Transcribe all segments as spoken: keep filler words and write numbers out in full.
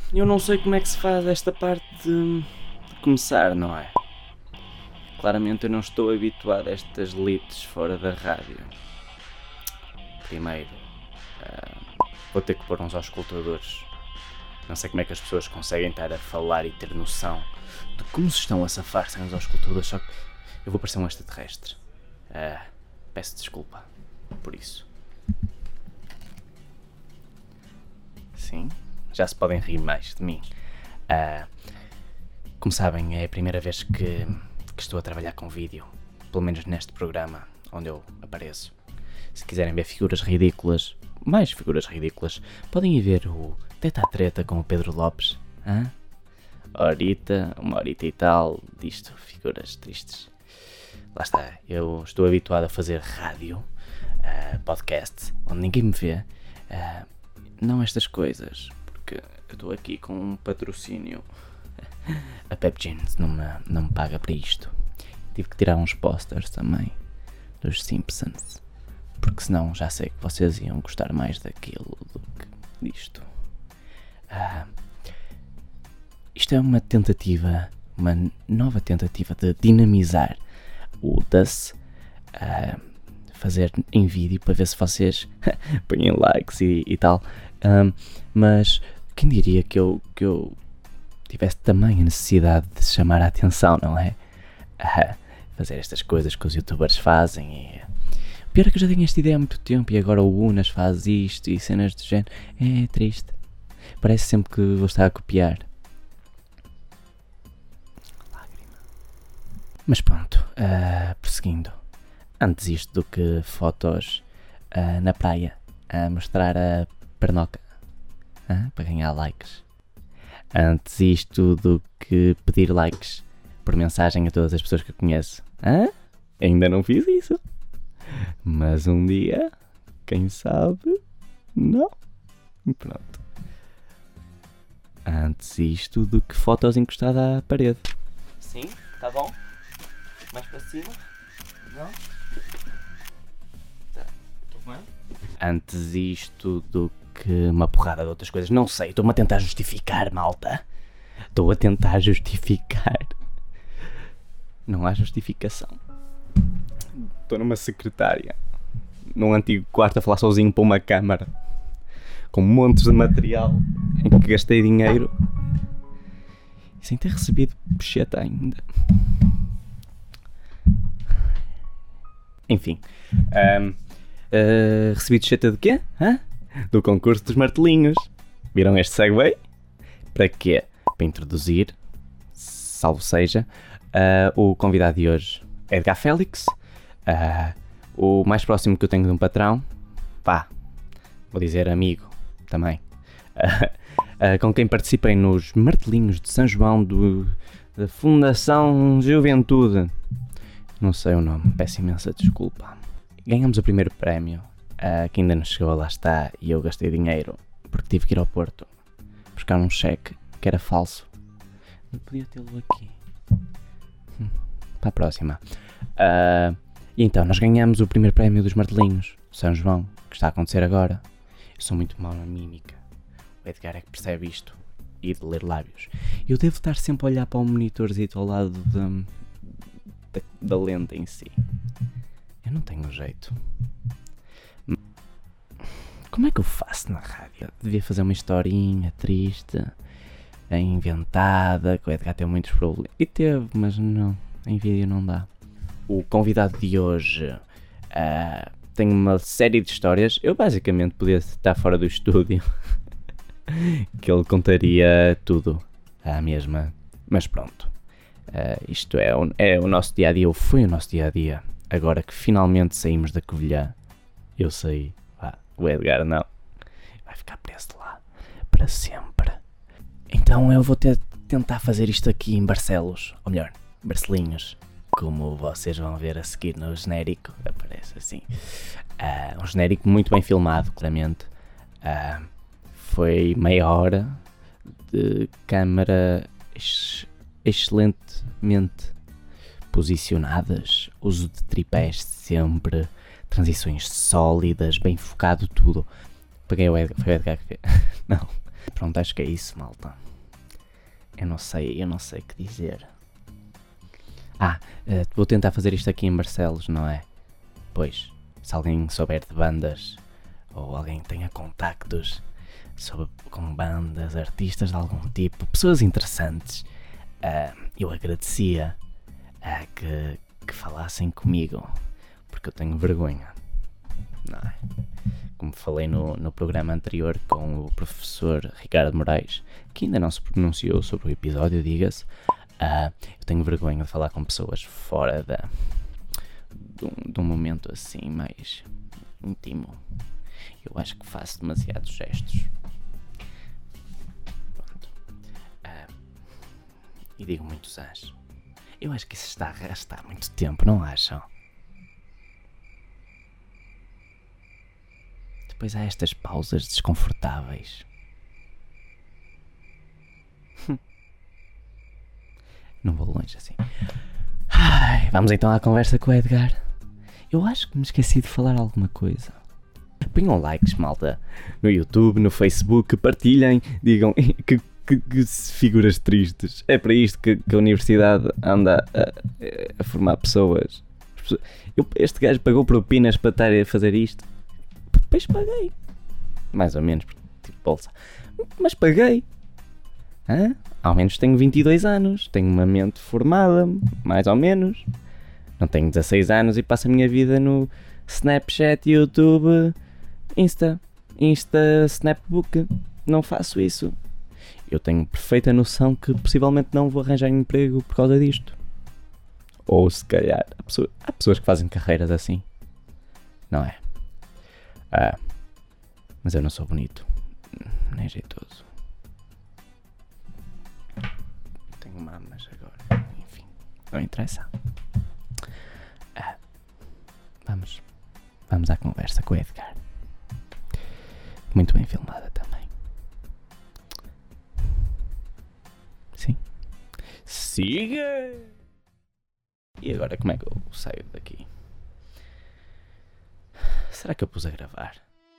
eu não sei como é que se faz esta parte de, de começar, não é? Claramente eu não estou habituado a estas leads fora da rádio. Primeiro, uh, vou ter que pôr uns auscultadores. Não sei como é que as pessoas conseguem estar a falar e ter noção de como se estão a safar sem os auscultadores, só que eu vou parecer um extraterrestre. Uh, peço desculpa por isso. Sim, já se podem rir mais de mim. Uh, como sabem, é a primeira vez que, que estou a trabalhar com vídeo, pelo menos neste programa onde eu apareço. Se quiserem ver figuras ridículas, mais figuras ridículas, podem ir ver o Teta a Treta com o Pedro Lopes. Hã? Horita, uma horita e tal, disto, figuras tristes. Lá está, eu estou habituado a fazer rádio, uh, podcast, onde ninguém me vê. Uh, não estas coisas, porque eu estou aqui com um patrocínio. A Pep Jeans não me, não me paga para isto. Tive que tirar uns posters também dos Simpsons, porque senão já sei que vocês iam gostar mais daquilo do que disto. Uh, isto é uma tentativa, uma nova tentativa de dinamizar o D U S, uh, fazer em vídeo para ver se vocês põem likes e, e tal. Um, mas quem diria que eu, que eu tivesse também a necessidade de chamar a atenção, não é? Uh, fazer estas coisas que os youtubers fazem e... O pior é que eu já tenho esta ideia há muito tempo e agora o Unas faz isto e cenas do género. É triste. Parece sempre que vou estar a copiar. Lágrima. Mas pronto, uh, prosseguindo. Antes isto do que fotos uh, na praia a mostrar a pernoca uh, para ganhar likes. Antes isto do que pedir likes por mensagem a todas as pessoas que eu conheço. Uh? Ainda não fiz isso. Mas um dia, quem sabe, não. Pronto. Antes isto do que fotos encostadas à parede. Sim, tá bom? Mais para cima? Não? Tá, tudo bem? Antes isto do que uma porrada de outras coisas. Não sei, estou-me a tentar justificar, malta. Estou a tentar justificar. Não há justificação. Estou numa secretária, num antigo quarto a falar sozinho para uma câmara, com montes de material em que gastei dinheiro e sem ter recebido pecheta ainda. Enfim, um, uh, recebi pecheta de quê? Hã? Do concurso dos martelinhos. Viram este segue? Para quê? Para introduzir, salvo seja, uh, o convidado de hoje, Edgar Félix. Uh, o mais próximo que eu tenho de um patrão, pá, vou dizer amigo também, uh, uh, com quem participei nos martelinhos de São João do, da Fundação Juventude, não sei o nome, peço imensa desculpa. Ganhamos o primeiro prémio, uh, que ainda não chegou, lá está, e eu gastei dinheiro porque tive que ir ao Porto buscar um cheque que era falso. Eu podia tê-lo aqui. Hum, para a próxima. Uh, E então, nós ganhamos o primeiro prémio dos martelinhos, São João, que está a acontecer agora. Eu sou muito mau na mímica. O Edgar é que percebe isto e de ler lábios. Eu devo estar sempre a olhar para o monitorzito ao lado da, da, da lente em si. Eu não tenho jeito. Como é que eu faço na rádio? Devia fazer uma historinha triste, inventada, que o Edgar tem muitos problemas. E teve, mas não, em vídeo não dá. O convidado de hoje uh, tem uma série de histórias. Eu basicamente podia estar fora do estúdio, que ele contaria tudo à mesma. Mas pronto, uh, isto é o, é o nosso dia-a-dia, ou foi o nosso dia-a-dia. Agora que finalmente saímos da Covilhã, eu saí, ah, o Edgar não, vai ficar preso lá para sempre. Então eu vou ter, tentar fazer isto aqui em Barcelos, ou melhor, Barcelinhos. Como vocês vão ver a seguir no genérico, aparece assim. Uh, um genérico muito bem filmado, claramente. Uh, foi meia hora de câmara ex- excelentemente posicionadas, uso de tripés sempre, transições sólidas, bem focado tudo. Peguei o Edgar, foi o Edgar que fez. Não, Pronto, acho que é isso, malta. Eu não sei, eu não sei o que dizer. Ah, uh, vou tentar fazer isto aqui em Barcelos, não é? Pois, se alguém souber de bandas, ou alguém tenha contactos sobre, com bandas, artistas de algum tipo, pessoas interessantes, uh, eu agradecia uh, que, que falassem comigo, porque eu tenho vergonha, não é? Como falei no, no programa anterior com o professor Ricardo Moraes, que ainda não se pronunciou sobre o episódio, diga-se, uh, eu tenho vergonha de falar com pessoas fora da, de, um, de um momento assim mais íntimo. Eu acho que faço demasiados gestos. Pronto. Uh, e digo muitos as. Eu acho que isso está a arrastar muito tempo, não acham? Depois há estas pausas desconfortáveis. Não vou longe assim. Ai, vamos então à conversa com o Edgar. Eu acho que me esqueci de falar alguma coisa. Ponham likes, malta, no YouTube, no Facebook, partilhem, digam que, que, que figuras tristes. É para isto que, que a universidade anda a, a formar pessoas. Eu, este gajo pagou propinas para estar a fazer isto. Depois paguei. Mais ou menos, tipo bolsa. Mas paguei. Hã? Ao menos tenho vinte e dois anos. Tenho uma mente formada, mais ou menos. Não tenho dezasseis anos e passo a minha vida no Snapchat, YouTube, Insta. Insta, Snapbook. Não faço isso. Eu tenho perfeita noção que possivelmente não vou arranjar um emprego por causa disto. Ou se calhar, há, pessoa, há pessoas que fazem carreiras assim. Não é? Ah, mas eu não sou bonito, nem jeitoso. Tenho mamas agora, enfim, não interessa. Ah, vamos, vamos à conversa com o Edgar. Muito bem filmada também. Sim. Siga! E agora como é que eu saio daqui? Será que eu pus a gravar?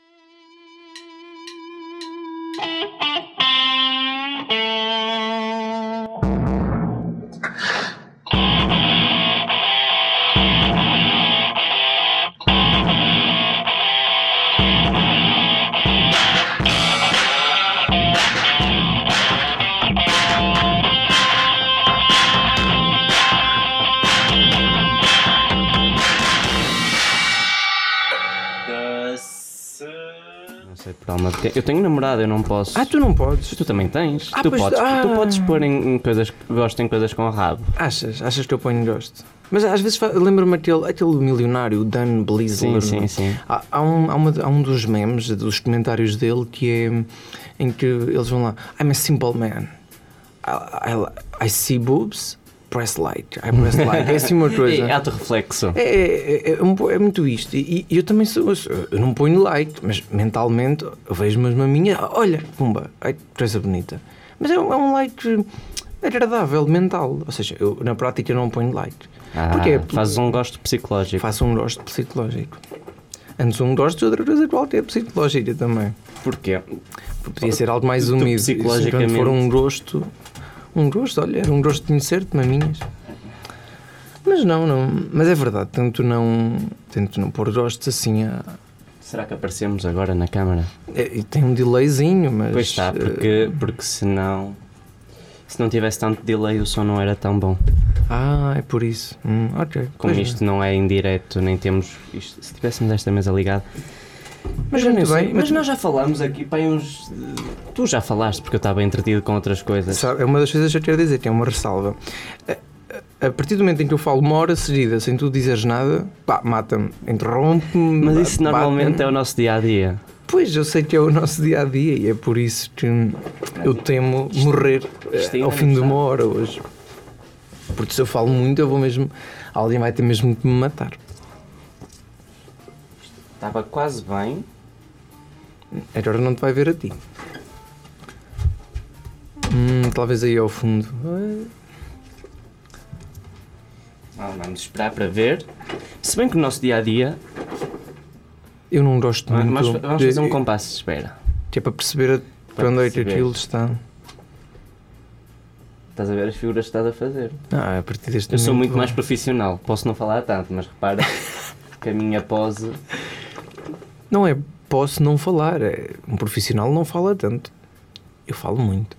Eu tenho namorado, eu não posso. Ah, tu não podes? Tu também tens. Ah, tu, pois, podes, ah. tu podes pôr em, em coisas que gostem coisas com o rabo. Achas? Achas que eu ponho gosto? Mas às vezes lembro-me aquele, aquele milionário, o Dan Blizzard. Sim, sim, sim. Há, há, um, há, uma, há um dos memes, dos comentários dele, que é em que eles vão lá: I'm a simple man. I, I, I see boobs, press like. I press like. É assim uma coisa. É autorreflexo. É, é, é, é, é muito isto. E, e eu também sou. Eu não ponho like, mas mentalmente eu vejo umas maminhas. Olha, pumba, ai, coisa bonita. Mas é, é um like agradável, mental. Ou seja, eu na prática não ponho like. Ah, porque fazes um gosto psicológico. Faço um gosto psicológico. Antes um gosto de outra coisa qualquer psicológica também. Porquê? Porque podia ser algo mais humilde. Psicologicamente. Se for um gosto. Um gosto, olha, era um gosto de conhecer-te, maminhas. Mas não, não. Mas é verdade, tento não, tento não pôr gostos assim a... Será que aparecemos agora na câmara? É, e tem um delayzinho, mas... Pois está, porque, porque senão... Se não tivesse tanto delay o som não era tão bom. Ah, é por isso. Hum, ok. Como pois isto é. Não é em direto, nem temos... Isto, se tivéssemos esta mesa ligada... Mas, mas, muito bem, mas, mas nós já falámos aqui, pá, uns... Tu já falaste, porque eu estava entretido com outras coisas. Sabe, é uma das coisas que eu quero dizer, tem uma ressalva. A, a, a partir do momento em que eu falo uma hora seguida sem tu dizeres nada, pá, mata-me, interrompe-me. Mas isso normalmente é o nosso dia-a-dia. Pois, eu sei que é o nosso dia-a-dia e é por isso que eu temo morrer isto ao fim de uma hora hoje. Porque se eu falo muito, eu vou mesmo... Alguém vai ter mesmo que me matar. Estava quase bem. Agora não te vai ver a ti. Hum, talvez aí ao fundo. Ah, vamos esperar para ver. Se bem que o nosso dia-a-dia... Eu não gosto muito... Mas vamos de... fazer um compasso de espera. Que é para perceber a para onde perceber. aquilo está. Estás a ver as figuras que estás a fazer. Ah, a partir deste Eu sou momento muito vou- mais profissional. Posso não falar tanto, mas repara que a minha pose... Não é posso não falar, é, um profissional não fala tanto. Eu falo muito.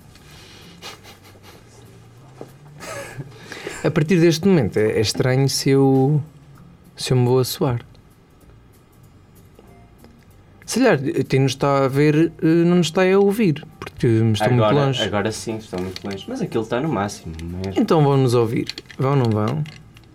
A partir deste momento é, é estranho se eu se eu me vou a suar. Se calhar quem nos está a ver eh, não nos está a ouvir, porque estou muito Agora, longe. agora sim, estou muito longe. Mas aquilo está no máximo mesmo. Então vão nos ouvir. Vão ou não vão?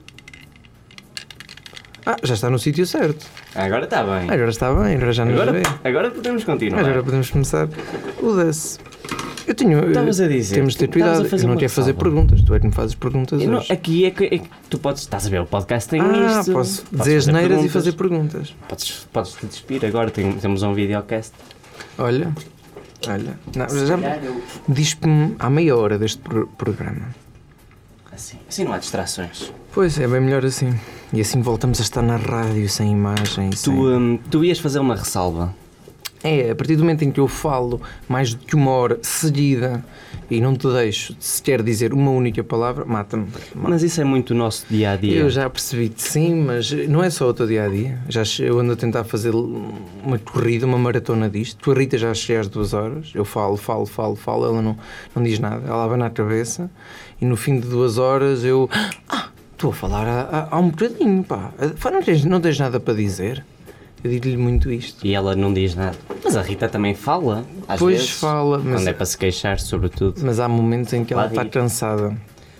Ah, já está no sítio certo. Agora está bem. Agora está bem, agora já nos Agora, vê. agora podemos continuar. Agora podemos começar. O desse. Eu tenho. Estavas a dizer. Temos de ter estavas cuidado. a fazer Eu não uma quero fazer ressalva. perguntas. Tu é que me fazes perguntas Eu não- hoje. aqui é que, é que tu podes. Estás a ver, o podcast tem Ah, isto. posso Podes dizer fazer asneiras e perguntas. fazer perguntas. Podes, podes te despir agora, tem- temos um videocast. Olha. Olha. Não, já diz-me há meia hora deste pro- programa. Assim, assim não há distrações. Pois é, bem melhor assim. E assim voltamos a estar na rádio, sem imagem. Tu, Sem... hum, tu ias fazer uma ressalva. É, a partir do momento em que eu falo mais do que uma hora seguida e não te deixo sequer dizer uma única palavra, mata-me. Mata Mas isso é muito o nosso dia a dia. Eu já percebi que sim, mas não é só o teu dia-a-dia. Já che- eu ando a tentar fazer uma corrida, uma maratona disto. Tu, a Rita, já cheguei às duas horas. Eu falo, falo, falo, falo. Ela não, não diz nada. Ela abana a cabeça e no fim de duas horas eu... Ah, estou a falar há, há- há um bocadinho, pá. Não tens, não tens nada para dizer? Eu digo-lhe muito isto. E ela não diz nada. Mas a Rita também fala, às Pois vezes. fala, mas, Quando é para se queixar, sobretudo. mas há momentos em que ela Pode está ir. cansada.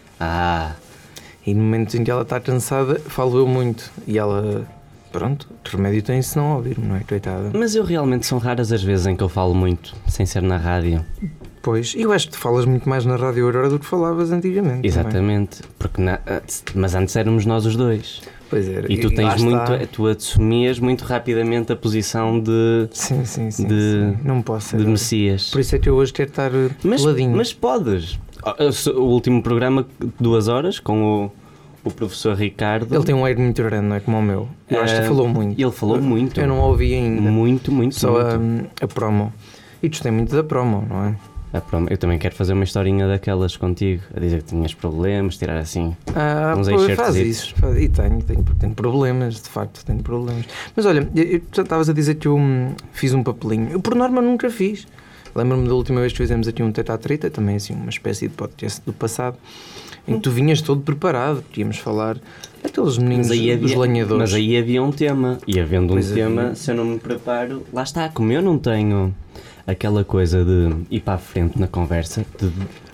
Ah, E no momento em que ela está cansada, falo eu muito. E ela, pronto, que remédio tem se não ouvir-me, não é? Coitada. mas eu realmente são raras as vezes em que eu falo muito, sem ser na rádio. Pois, eu acho que tu falas muito mais na Rádio Aurora do que falavas antigamente. também. Exatamente. Porque na- mas antes éramos nós os dois. Pois era. E tu lá tens muito, está. tu assumias muito rapidamente a posição de, Sim, sim, sim. de- sim. Não posso ser. de Messias. Por isso é que eu hoje quero estar eh, Mas, peladinho. mas podes. O último programa, duas horas, com o, o professor Ricardo. Ele tem um air muito grande, não é como o meu. Eu acho que Eh, falou muito. Ele falou muito. Eu não ouvi ainda. Muito, muito, Só muito. a, a promo. E tu tens muito da promo, não é? Ah, pronto, eu também quero fazer uma historinha daquelas contigo, a dizer que tinhas problemas, tirar assim. Ah, Uns pô, faz enxertositos. isso. Faz- E tenho, tenho, tenho problemas, de facto, tenho problemas. Mas olha, eu- eu- tu estavas a dizer que eu hum, fiz um papelinho. Eu, por norma, nunca fiz. Lembro-me da última vez que fizemos aqui um tete a treta, também assim, uma espécie de podcast do passado, em que tu vinhas todo preparado, que íamos falar aqueles meninos Mas aí, dos havia, lenhadores. mas aí havia um tema, e havendo um Pois tema, havia. se eu não me preparo, lá está, como eu não tenho aquela coisa de ir para a frente na conversa, de,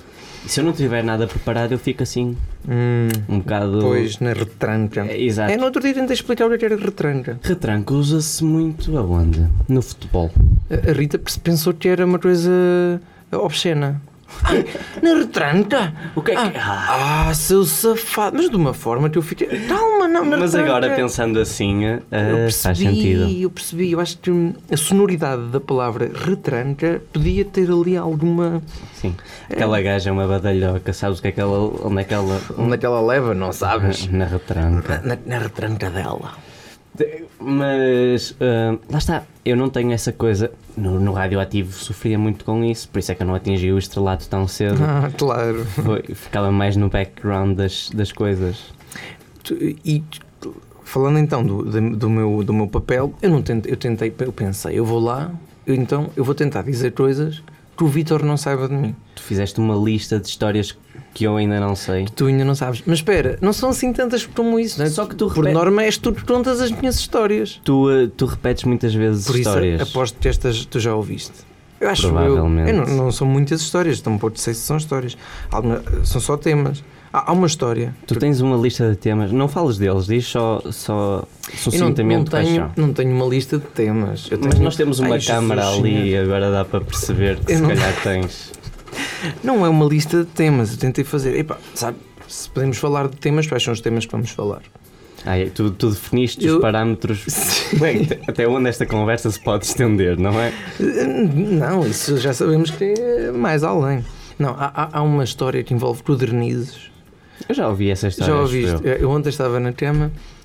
se eu não tiver nada preparado, eu fico assim, Hum, um bocado. pois, na retranca. É, exato. É, no outro dia tentei explicar o que era retranca. Retranca usa-se muito aonde? No futebol. A a Rita pensou que era uma coisa obscena. Ai, na retranca? O que é que. Ah, ah, seu safado. Mas de uma forma que eu fiquei. Calma, não, na Mas retranca. agora pensando assim, ah, Eu faz percebi, sentido. eu percebi. Eu acho que hum, a sonoridade da palavra retranca podia ter ali alguma. Sim. Aquela gaja é uma badalhoca, sabes o que é que ela, onde é que ela. Onde é que ela leva? Não sabes? Na retranca. Na, na retranca dela. Mas ah, lá está, eu não tenho essa coisa. No, no radioativo sofria muito com isso, por isso é que eu não atingi o estrelato tão cedo. Ah, claro. Foi- ficava mais no background das, das coisas. Tu- E falando então do, do, do meu, do meu papel, eu não tentei, eu tentei, eu pensei, eu vou lá, eu, então eu vou tentar dizer coisas que o Vítor não saiba de mim. Tu fizeste uma lista de histórias que eu ainda não sei. Tu ainda não sabes. Mas espera, não são assim tantas como isso, não é? Só que tu Por repete- norma és tu que contas as minhas histórias. Tu, ah, tu repetes muitas vezes Por isso histórias. aposto que estas tu já ouviste. Eu acho Provavelmente. eu. eu não, não são muitas histórias, então pode ser se são histórias. Alguma, são só temas. Há, há uma história. Tu tens uma lista de temas, não falas deles, diz só, só Eu não, sucintamente não, quais tenho, são. não tenho uma lista de temas. Eu Mas tenho- nós temos uma Ai, câmara Jesus ali Senhor. e agora dá para perceber que Eu se não- calhar tens. Não é uma lista de temas, eu tentei fazer. Epá, sabe, se podemos falar de temas, quais são os temas que vamos falar? Ai, tu, tu definiste Eu- os parâmetros. Bem, até onde esta conversa se pode estender, não é? Não, isso já sabemos que é mais além. Não, há, há- há uma história que envolve codornizes. Eu já ouvi essa história. Já acho ouviste? eu. Eu ontem estava na cama,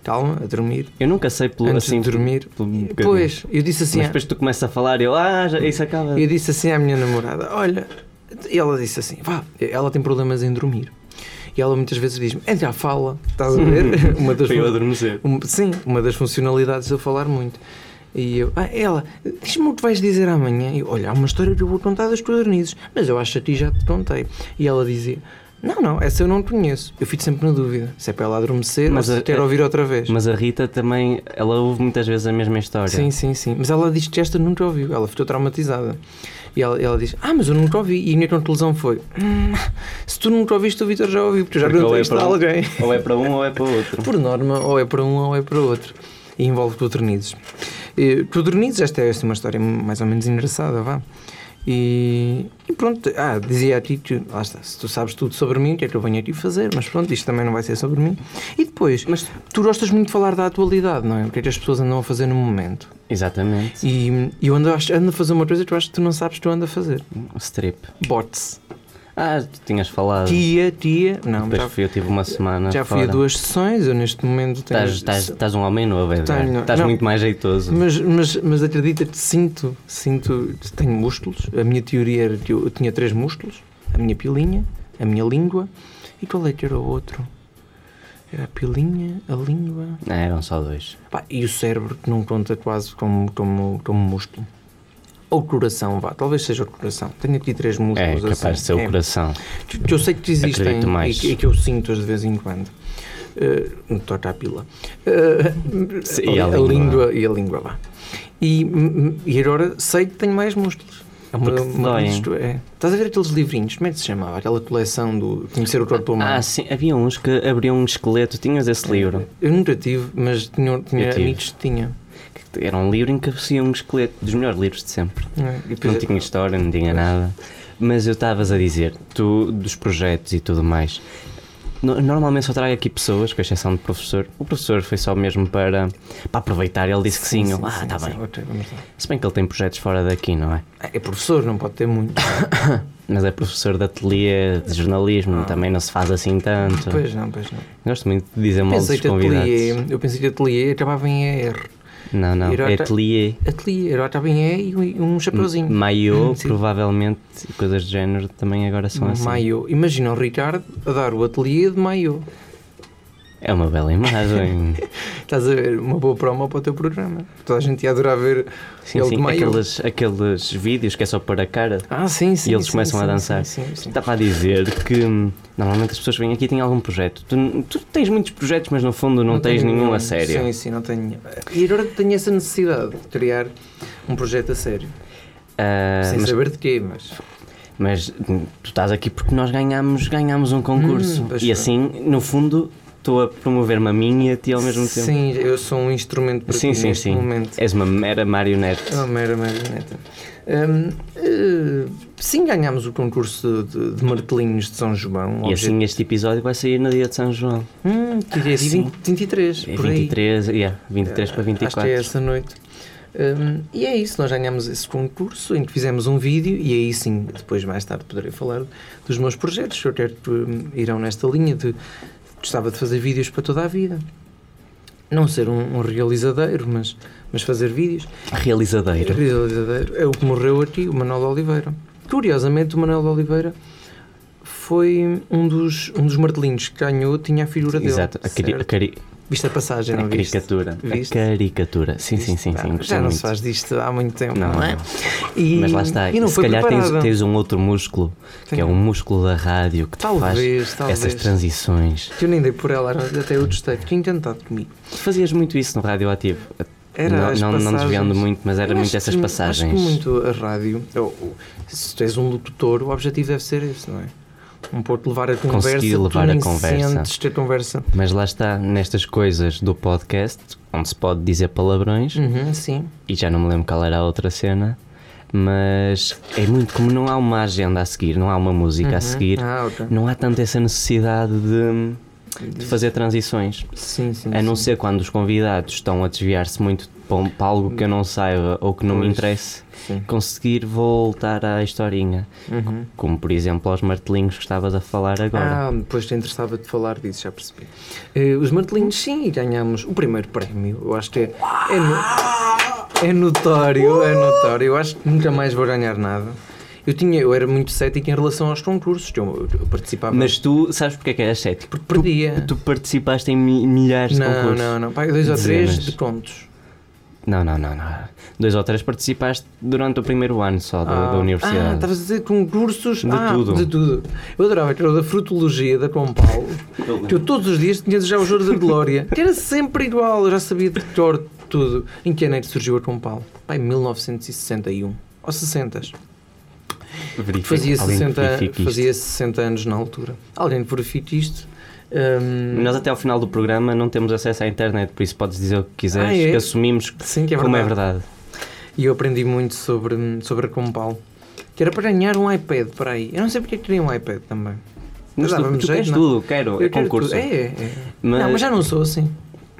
calma, a dormir. Eu nunca sei pelo, Antes assim, de dormir. pelo- pelo- Pois, eu disse assim, Mas à- depois tu começas a falar e eu, ah, já, isso acaba. eu disse assim à minha namorada, olha, e ela disse assim, vá, ela tem problemas em dormir. E ela muitas vezes diz-me, é já fala, estás a ver? Uma das Para eu adormecer. Um- sim, uma das funcionalidades de eu falar muito. E eu, ah, ela, diz-me o que vais dizer amanhã. E eu, olha, há uma história que eu vou contar das codornizes, mas eu acho que a ti já te contei. E ela dizia, não, não, essa eu não conheço. Eu fico sempre na dúvida, se é para ela adormecer Mas ou se a- quer ouvir outra vez. Mas a Rita também, ela ouve muitas vezes a mesma história. Sim, sim, sim. Mas ela diz que esta nunca ouviu, ela ficou traumatizada. E ela, ela diz, ah, mas eu nunca ouvi. E a minha conclusão foi, hum, se tu nunca ouviste, o Vitor já ouviu, porque eu já Porque ou perguntei é isto a para um- alguém. Ou é para um ou é para o outro. Por norma, ou é para um ou é para outro. E envolve codornizes. Eh, Codornizes, esta é esta é uma história mais ou menos engraçada, vá. E, e pronto, ah, dizia a ti, tu, lá está, se tu sabes tudo sobre mim, o que é que eu venho aqui fazer? Mas pronto, isto também não vai ser sobre mim. E depois, mas tu gostas muito de falar da atualidade, não é? O que é que as pessoas andam a fazer no momento. Exatamente. E, e eu ando, a- ando a fazer uma coisa que tu achas que tu não sabes que tu andas a fazer. O strip. Bots. Ah, tu tinhas falado. Tia, tia, não, Depois já, fui, eu tive uma semana já fui fora. a duas sessões, eu neste momento tenho... Estás, estás, estás um homem novo, Edgar. Tenho- Estás não. muito mais jeitoso. Mas, mas, mas acredita-te, sinto, sinto, tenho músculos. A minha teoria era que eu, eu tinha três músculos: a minha pilinha, a minha língua, e qual é que era o outro? Era a pilinha, a língua. Não, eram só dois. Pá, e o cérebro, que não conta quase como, como, como músculo. Ou o coração, vá, talvez seja o coração. Tenho aqui três músculos. É capaz assim. de ser o É. coração. Que, que eu sei que existem Acredito mais. e que, e que eu sinto-as de vez em quando. Uh, não toca a pila. Uh, Sim, e a a, língua. língua e a língua, vá. E, e agora sei que tenho mais músculos. É uma, Porque te uma doem. isto é. Estás a ver aqueles livrinhos? Como é que se chamava? Aquela coleção do Conhecer o Corpo Humano. Ah, sim, havia uns que abriam um esqueleto. Tinhas esse livro? Eu nunca tive, mas tinha, tinha Eu tive. amigos que tinham. Era um livro em que aparecia um esqueleto. Dos melhores livros de sempre. É, e depois- Não tinha história, não tinha nada. Mas eu estavas a dizer, tu, dos projetos e tudo mais. No- Normalmente só trago aqui pessoas, com exceção do professor. O professor foi só mesmo para, para aproveitar. Ele disse que sim. Eu, ah, está sim, bem. ok, vamos lá. Se bem que ele tem projetos fora daqui, não é? Ah, é professor, não pode ter muito. Mas é professor de ateliê, de jornalismo, Ah. também não se faz assim tanto. Pois não, pois não. Gosto muito de dizer mal dos Pensei que convidados. ateliê, eu pensei que ateliê acabava em E R. Não, não, Era é até- ateliê. Ateliê, era estava em E e um chapeuzinho. Maiô, Sim. provavelmente, e coisas do género também agora são assim. Maiô. Imagina o Ricardo a dar o ateliê de Maiô. É uma bela imagem. Estás a ver? Uma boa promo para o teu programa. Toda a gente ia adorar ver Sim, ele sim, de Maiô. aqueles, aqueles vídeos que é só para a cara. Ah, sim, sim. E eles sim, começam sim, a dançar. Sim, sim, sim. Estava a dizer que hum, normalmente as pessoas vêm aqui e têm algum projeto. Tu, tu tens muitos projetos, mas no fundo não, tens tenho nenhum a sério. Sim, sim, não tenho. E agora tenho essa necessidade de criar um projeto a sério. Ah, Sem mas, saber de quê, mas. mas hum, tu estás aqui porque nós ganhamos, ganhamos um concurso. Hum, pois e foi. assim, no fundo, estou a promover-me a mim e a ti ao mesmo tempo. Sim, eu sou um instrumento para Sim, ti sim, neste sim. momento. És uma mera marionete. É uma mera marioneta. Hum, eh, sim, ganhámos o concurso de, de martelinhos de São João. E assim este episódio vai sair no dia de São João. Hum, que dia? Sim. vinte, vinte e três, É por aí. vinte e três, yeah, vinte e três para vinte e Acho que quatro. é essa noite. Hum, e é isso, nós ganhámos esse concurso em que fizemos um vídeo e aí sim, depois mais tarde poderei falar dos meus projetos, que eu quero que hum, irão nesta linha de gostava de fazer vídeos para toda a vida. Não ser um, um realizadeiro, mas, mas fazer vídeos. Realizadeiro. Realizadeiro é o que morreu aqui, o Manuel de Oliveira. Curiosamente, o Manuel de Oliveira foi um dos, um dos martelinhos que ganhou, tinha a figura dele. Exato. A, cari- a, certo? cari- Viste a passagem, a não viste? caricatura. Viste? A caricatura. Sim, sim, sim. Pá, sim já gostei não muito. se faz disto há muito tempo, Não, não, é? não. E, Mas lá está. E não Se foi calhar tens, preparada. tens um outro músculo, que é Tenho. um músculo da rádio que te Talvez, faz talvez. essas transições. Que eu nem dei por ela, até eu gostei. Fiquei encantado comigo. Tu fazias muito isso no Radioativo. Era não, as não, não passagens. desviando muito, mas era Eu muito acho essas que- passagens. Acho que muito a rádio, ou- ou, se tu és um locutor, o objetivo deve ser esse, não é? Um pouco levar a conversa, Conseguir tu levar a nem conversa. sentes que a conversa. Mas lá está, nestas coisas do podcast, onde se pode dizer palavrões, Uhum, sim. e já não me lembro qual era a outra cena, mas é muito como não há uma agenda a seguir, não há uma música a Uhum. seguir, Ah, ok. não há tanta essa necessidade de, de fazer transições. Sim, sim. A não sim. ser quando os convidados estão a desviar-se muito para, um- para algo que eu não saiba ou que não me Pois, interesse, sim. conseguir voltar à historinha. Uhum. Como, por exemplo, aos martelinhos que estavas a falar agora. Ah, depois te interessava de falar disso, já percebi. Eh, os martelinhos, sim, e ganhamos o primeiro prémio. Eu acho que é, é, no- é notório, é notório. Eu acho que nunca mais vou ganhar nada. Eu, tinha, eu era muito cético em relação aos concursos, que eu, eu participava. Mas tu sabes porque é que és cético? Porque perdia. Tu, tu participaste em mi- milhares de não, concursos. não, não. Pá, dois ou três Dezenas. de contos. Não, não, não, não. Dois ou três participaste durante o primeiro ano só da, da Ah, universidade. estavas a dizer concursos De ah, tudo. de tudo. Eu adorava que era o da frutologia da Com Paulo, que eu todos os dias tinha já o Joro da Glória, que era sempre igual, eu já sabia de cor tudo. Em que ano é que surgiu a Com Paulo? Pá, em mil novecentos e sessenta e um. Ou sessenta. Verifica- Fazia alguém que sessenta, verifique isto. fazia sessenta anos na altura. Alguém que verifique isto. Hum, Nós até ao final do programa não temos acesso à internet, por isso podes dizer o que quiseres, Ah, é? que assumimos que sim, que é como verdade. é verdade. E eu aprendi muito sobre, sobre a Com Paulo. Que era para ganhar um iPad para aí. Eu não sei porque é que queria um iPad também. Mas tu, dava-me tu jeito, queres não? tudo, quero, é Eu quero concurso. tudo. É, é, é. Mas- Não, mas já não sou assim.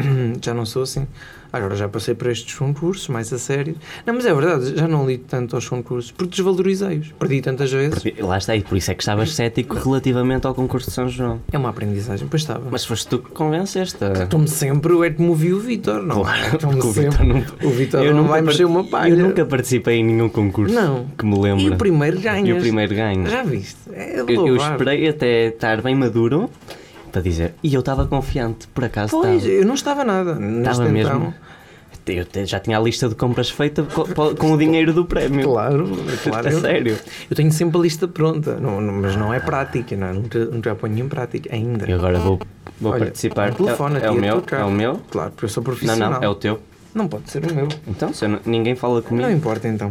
Já não sou assim. Agora já passei por estes concursos, mais a sério. Não, mas é verdade, já não ligo tanto aos concursos, porque desvalorizei-os. Perdi tantas vezes. Perdi- Lá está, e por isso é que estavas cético relativamente ao concurso de São João. É uma aprendizagem, pois estava. Mas foste tu que convenceste. a- Estou-me sempre, eu é que movi o Vítor, não? Claro, Estou-me porque o sempre. Vítor não- O Vítor Eu não nunca vai par- mexer uma palha. Eu nunca participei em nenhum concurso Não. que me lembre. E o primeiro ganhas. E o primeiro ganho. Já viste? É de Eu, eu louvar. esperei até estar bem maduro para dizer. E eu estava confiante, por acaso Pois, estava. eu não estava nada. Neste Estava mesmo. então. Eu te- já tinha a lista de compras feita co- com, o dinheiro do prémio. Claro, claro. A eu- sério. Eu tenho sempre a lista pronta, não, não- mas não é prática, não, é? nunca, nunca a ponho em prática ainda. E agora vou, vou Olha, participar. um telefone é, aqui é o a meu? tocar. É o meu? Claro, porque eu sou Não, profissional. não, é o teu. Não pode ser o meu. Então, se eu não- ninguém fala comigo. Não importa então.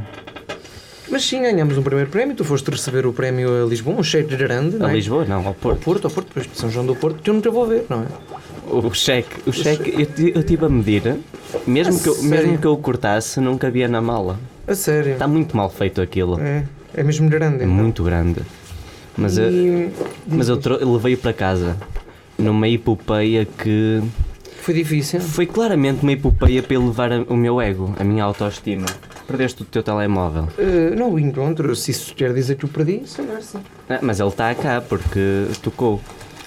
Mas sim, ganhamos um primeiro prémio. Tu foste receber o prémio a Lisboa, um cheque grande, não A é? Lisboa? Não, ao Ao Porto. Porto, ao Porto, depois de São João do Porto, que eu nunca vou ver, não é? O cheque, o cheque, eu, ti- eu tive a medir, mesmo A que, eu, sério? mesmo que eu o cortasse, não cabia na mala. A sério. Está muito mal feito aquilo. É, é mesmo grande. É então. muito grande. Mas, eu, E... mas eu, tro- eu levei-o para casa numa epopeia que Foi difícil. foi claramente uma epopeia para elevar a- o meu ego, a minha autoestima. Perdeste o teu telemóvel. Uh, não o encontro, se isso quer dizer que o perdi, sei lá, sim. Ah, mas ele está cá porque tocou.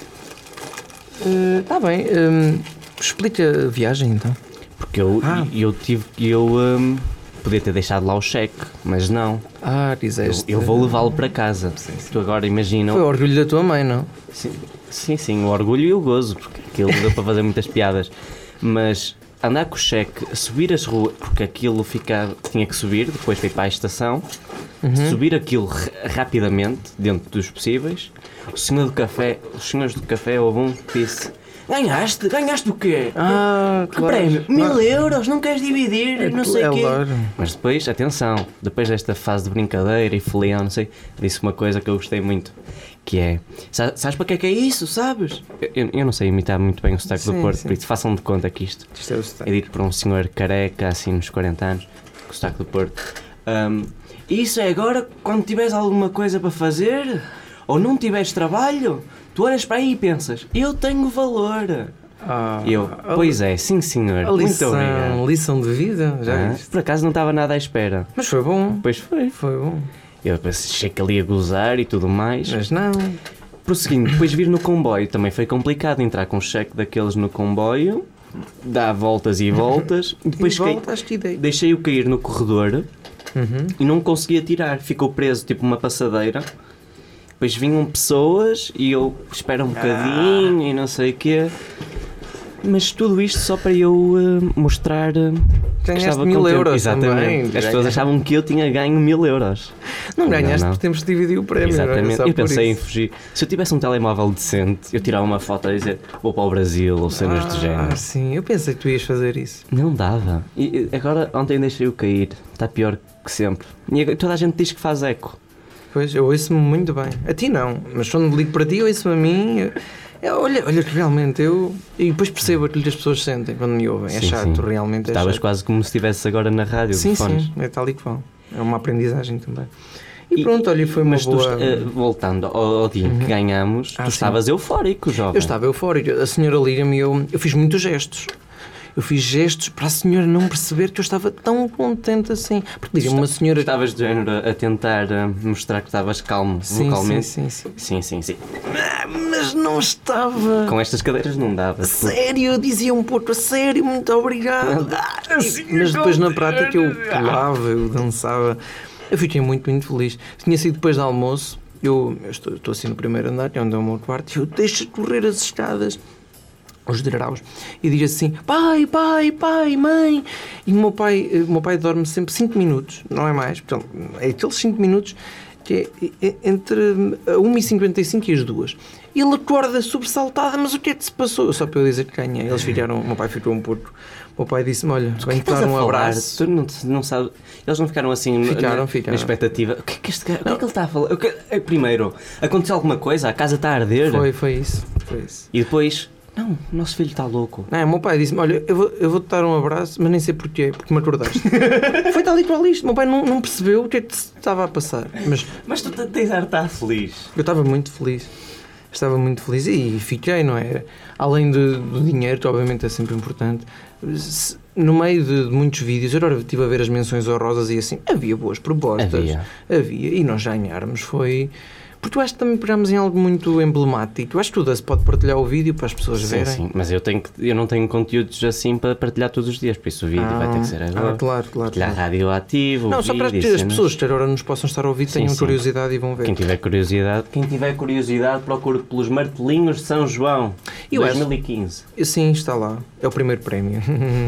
Está bem. hum, explica a viagem então. Porque eu, Ah. eu tive que eu hum, podia ter deixado lá o cheque, mas não. Ah, Eu, dizeste. eu vou levá-lo para casa. Tu agora imagina. Foi o orgulho da tua mãe, não? Sim, sim, sim, o orgulho e o gozo, porque aquilo deu para fazer muitas piadas. Mas andar com o cheque, subir as ruas, porque aquilo fica, tinha que subir, depois foi para a estação, subir aquilo ra- rapidamente, dentro dos possíveis. O senhor do café, os senhores do café, houve um que disse: Ganhaste? Ganhaste o quê? Ah, Que prémio? Mil euros? Não queres dividir? Não sei o quê. claro. Mas depois, atenção, depois desta fase de brincadeira e folião, não sei, disse uma coisa que eu gostei muito, que é, "Sa- sabes para que é que é isso, sabes? Eu, eu- eu não sei imitar muito bem o sotaque do Sim, Porto, sim. por isso façam de conta que isto Isto é o é sotaque. dito por um senhor careca, assim nos quarenta anos, com o sotaque do Porto. Ahm, isso é agora quando tiveres alguma coisa para fazer, ou não tiveres trabalho, tu olhas para aí e pensas, eu tenho valor. Ah, E eu, a- pois é, sim senhor, a muito lição, obrigado. lição de vida, já Ah, viste? por acaso não estava nada à espera. Mas foi bom. Pois foi. Foi bom. Eu achei que ele ia gozar e tudo mais. Mas não. Prosseguindo, depois vir no comboio também foi complicado entrar com um cheque daqueles no comboio, dar voltas e voltas, depois e caí- voltaste que ideia. deixei-o cair no corredor Uhum. e não conseguia tirar, ficou preso tipo uma passadeira. Depois vinham pessoas e eu espero um bocadinho e não sei o quê. Mas tudo isto só para eu eh, mostrar eh, que Ganhaste estava mil contente. euros Exatamente. também. As pessoas achavam que eu tinha ganho mil euros. Não ganhaste não. porque temos de dividir o prémio. não é? Exatamente, Só eu por pensei em isso. fugir. Se eu tivesse um telemóvel decente, eu tirava uma foto a dizer vou para o Brasil ou cenas do género. Ah, sim, eu pensei que tu ias fazer isso. Não dava. E e agora ontem deixei-o cair. Está pior que sempre. E agora toda a gente diz que faz eco. Pois, eu ouço-me muito bem. A ti não, mas quando ligo para ti, eu ouço-me a mim. eu- eu- olha, olha, que realmente eu. E depois percebo aquilo que as pessoas sentem quando me ouvem. É Sim, chato, sim. realmente é Estavas chato. quase como se estivesse agora na rádio Sim, de fones. sim, é tal e qual. É uma aprendizagem também. E pronto, olha, foi uma Mas tu, boa. eh, voltando ao, ao dia em que ganhamos, Ah, tu sim. estavas eufórico, jovem. Eu estava eufórico. A senhora liga-me e eu, eu fiz muitos gestos. eu fiz gestos para a senhora não perceber que eu estava tão contente assim. Porque diria uma senhora... Estavas de género a tentar uh, mostrar que estavas calmo Sim, vocalmente. sim, sim, sim. Sim, sim, sim. Ah, mas não estava. Com estas cadeiras não dava. Sério, eu dizia um pouco, a sério, muito obrigado. Ah, mas depois na prática eu pulava, eu dançava. Eu fiquei muito, muito feliz. Tinha sido depois do almoço, eu, eu estou, estou assim no primeiro andar, que é onde é o meu quarto, e eu deixo correr as escadas, os degraus, e digo assim, pai, pai, pai, mãe. E o meu pai, o meu pai dorme sempre cinco minutos, não é mais. Portanto, é aqueles cinco minutos que é entre a uma e cinquenta e cinco e as duas. Ele acorda sobressaltada, mas o que é que se passou? Só para eu dizer que ganhei. Eles ficaram, o meu pai ficou um pouco. O meu pai disse-me: olha, vem-te dar um abraço. Tu não, não sabes. Eles não ficaram assim ficaram, na, ficaram. na expectativa. O que é que este cara, o que é que ele está a falar? O que, primeiro, aconteceu alguma coisa? A casa está a arder? Foi, foi isso. Foi isso. E depois. Não, o nosso filho está louco. Não, o meu pai disse-me: olha, eu, vou, eu vou-te dar um abraço, mas nem sei porquê, porque me acordaste. Foi tal e qual isto. O meu pai não, não percebeu o que é que se estava a passar. Mas, mas tu tens a estar feliz. Eu estava muito feliz. Estava muito feliz e fiquei, não é? Além de, do dinheiro, que obviamente é sempre importante, se, no meio de, de muitos vídeos, eu agora estive a ver as menções honrosas e assim, havia boas propostas. Havia. Havia. E nós ganharmos foi... Porque eu acho que também pegámos em algo muito emblemático. Eu acho que tudo se pode partilhar o vídeo para as pessoas sim, verem. Sim, mas eu, tenho que, eu não tenho conteúdos assim para partilhar todos os dias, por isso o vídeo ah, vai ter que ser agora. Ah, claro, claro. Partilhar claro. radioativo, Não, só para que as pessoas que agora nos possam estar a ouvir tenham sim, sim. curiosidade e vão ver. Quem tiver curiosidade, quem tiver curiosidade procure pelos martelinhos de São João, eu dois mil e quinze. Acho, sim, está lá. É o primeiro prémio.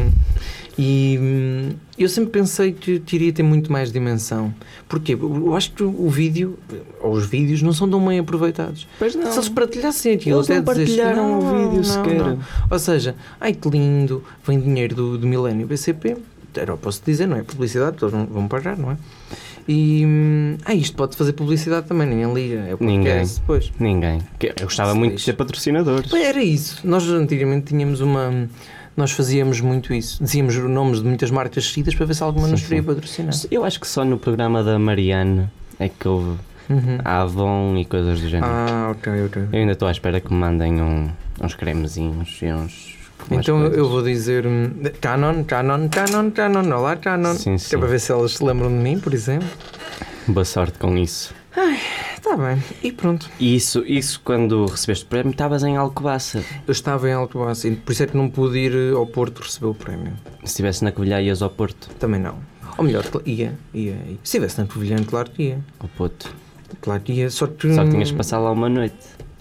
E hum, eu sempre pensei que, que iria ter muito mais dimensão. Porquê? Eu acho que o vídeo, ou os vídeos, não são tão bem aproveitados. Pois não. Se eles partilhassem aquilo, eles não partilharam o vídeo não, sequer. Não. Ou seja, ai que lindo, vem dinheiro do, do Milénio B C P, era, posso dizer, não é publicidade, todos vão pagar, não é? E hum, ah, isto pode fazer publicidade também, ninguém liga. É ninguém. Depois. Ninguém. Eu gostava muito de ter patrocinadores. Pois era isso. Nós antigamente tínhamos uma. Nós fazíamos muito isso. Dizíamos os nomes de muitas marcas seguidas para ver se alguma sim, nos queria patrocinar. Eu acho que só no programa da Marianne é que houve uhum. Avon e coisas do género. Ah, ok, ok. Eu ainda estou à espera que me mandem um, uns cremezinhos e uns... Então coisas. Eu vou dizer Canon, Canon, Canon, Canon, olá Canon. Sim, sim. Que é para ver se elas se lembram de mim, por exemplo. Boa sorte com isso. Ai, está bem. E pronto. E isso, isso quando recebeste o prémio, estavas em Alcobaça. Eu estava em Alcobaça, por isso é que não pude ir ao Porto receber o prémio. Se estivesse na Covilhã, ias ao Porto? Também não. Ou melhor, ia, ia, ia. Se estivesse na Covilhã, claro que ia. Ao Porto? Claro que ia, só que... Só que tinhas que passar lá uma noite.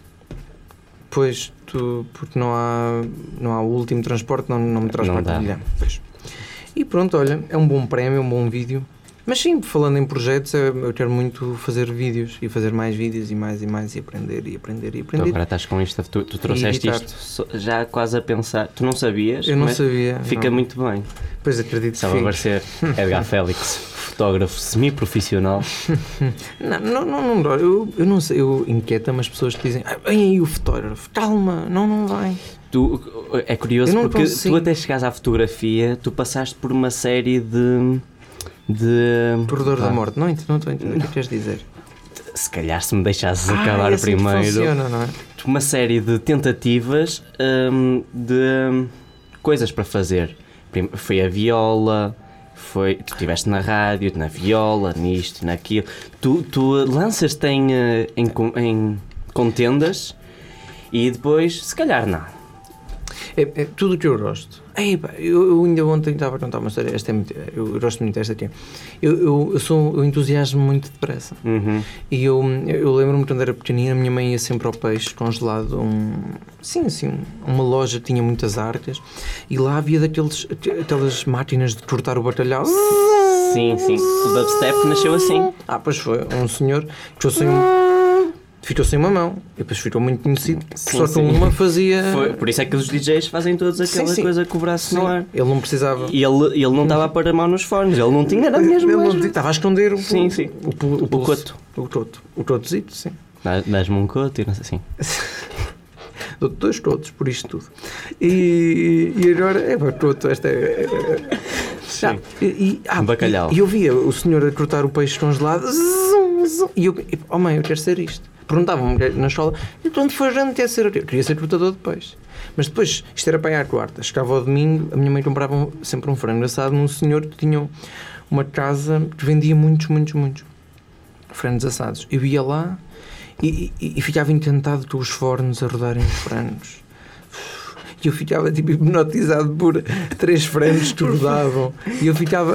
Pois, tu, porque não há, não há o último transporte, não, não me traz não para a Covilhã. Pois. E pronto, olha, é um bom prémio, é um bom vídeo. Mas sim, falando em projetos, eu quero muito fazer vídeos e fazer mais vídeos e mais e mais e aprender e aprender e aprender. Tu agora estás com isto, tu, tu trouxeste isto já quase a pensar, tu não sabias? Eu não sabia. Fica não. muito bem. Pois acredito que Só vai aparecer Edgar Félix, fotógrafo semi-profissional. Não, não, não, não, eu, eu não sei, eu inquieta-me as pessoas que dizem, ah, vem aí o fotógrafo, calma, não, não vai. Tu, é curioso porque consigo. tu até chegares à fotografia, tu passaste por uma série de... de... Corredor da morte, não, não estou a entender o que queres dizer. Se calhar se me deixasses ah, acabar é assim primeiro. Que funciona, não é? Uma série de tentativas hum, de coisas para fazer. Foi a viola, foi, tu estiveste na rádio, na viola, nisto, naquilo. Tu, tu lanças-te em, em, em contendas e depois, se calhar, não. É, é tudo o que eu gosto. Ei, pá, eu, eu ainda ontem estava a contar uma história. Esta é muito, eu gosto muito desta aqui. Eu, eu, eu sou eu entusiasmo muito depressa. Uhum. E eu, eu lembro-me quando era pequenina, a minha mãe ia sempre ao peixe congelado. Um, sim, sim, uma loja que tinha muitas artes. E lá havia daqueles, aquelas máquinas de cortar o bacalhau. Sim, sim. O dubstep nasceu assim. Ah, pois foi. Um senhor que sem um. Ficou sem uma mão, e depois ficou muito conhecido, sim, só com uma fazia... Foi, por isso é que os D Js fazem todos aquela sim, sim. coisa com o braço sim. no ar. Ele não precisava... E ele, ele não estava a pôr a mão nos fones, ele não tinha, era mesmo. Ele não, estava a esconder o... Sim, sim. O, o, o, o coto. O coto. O cotozito, sim. Dás-me um coto e não sei assim. Dou-te dois cotos por isto tudo. E, e agora... É para coto, esta é... Sim. E, e, ah, bacalhau. E eu via o senhor a cortar o peixe congelado, zum, zum, e eu... Oh mãe, eu quero ser isto. Perguntavam-me na escola, e onde foi grande quer ser? Eu queria ser cortador de peixe. Mas depois, isto era para ir à quarta. Chegava ao domingo, a minha mãe comprava um- sempre um frango assado num senhor que tinha uma casa que vendia muitos, muitos, muitos frangos assados. Eu ia lá e, e, e ficava encantado com os fornos a rodarem os frangos. E eu ficava tipo hipnotizado por três frangos que rodavam. E eu ficava...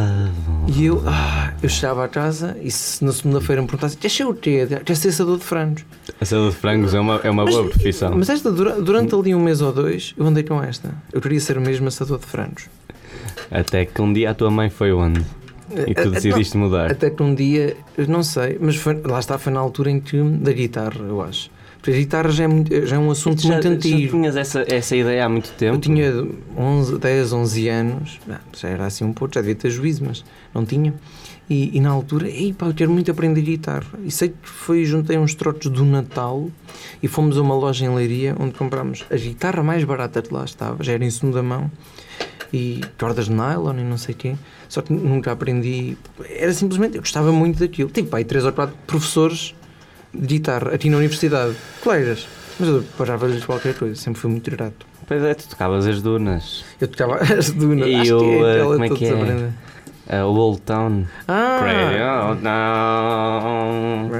E eu, ah, eu chegava à casa e se na segunda-feira me perguntasse: quer ser o quê? Quer ser assador de frangos? Assador de frangos é uma, é uma boa profissão. Mas esta, dura- durante ali um mês ou dois, eu andei com esta. Eu queria ser mesmo assador de frangos. Até que um dia a tua mãe foi onde? E tu A- a- decidiste mudar. Até que um dia, eu não sei, mas foi- lá está, foi na altura em que, da guitarra, eu acho. Porque a guitarra já é, muito- já é um assunto já, muito já antigo. tinhas essa, essa ideia há muito tempo? Eu tinha onze, dez, onze anos, ah, já era assim um pouco, já devia ter juízo, mas não tinha. E, e na altura, ei pá, eu quero muito aprender guitarra. E sei que foi, juntei uns trotes do Natal e fomos a uma loja em Leiria onde comprámos a guitarra mais barata que lá estava, já era em segunda mão, e cordas de nylon e não sei o quê. Só que nunca aprendi, era simplesmente, eu gostava muito daquilo. Tive pá, aí três ou quatro professores de guitarra aqui na universidade, colegas, mas eu parava-lhes qualquer coisa, sempre fui muito grato. Pois é, tu tocavas as dunas. Eu tocava as dunas, E acho o, que é eh, aquela como é todos que é? aprendem. Uh, o Old Town. Ah! Pray, Old Town.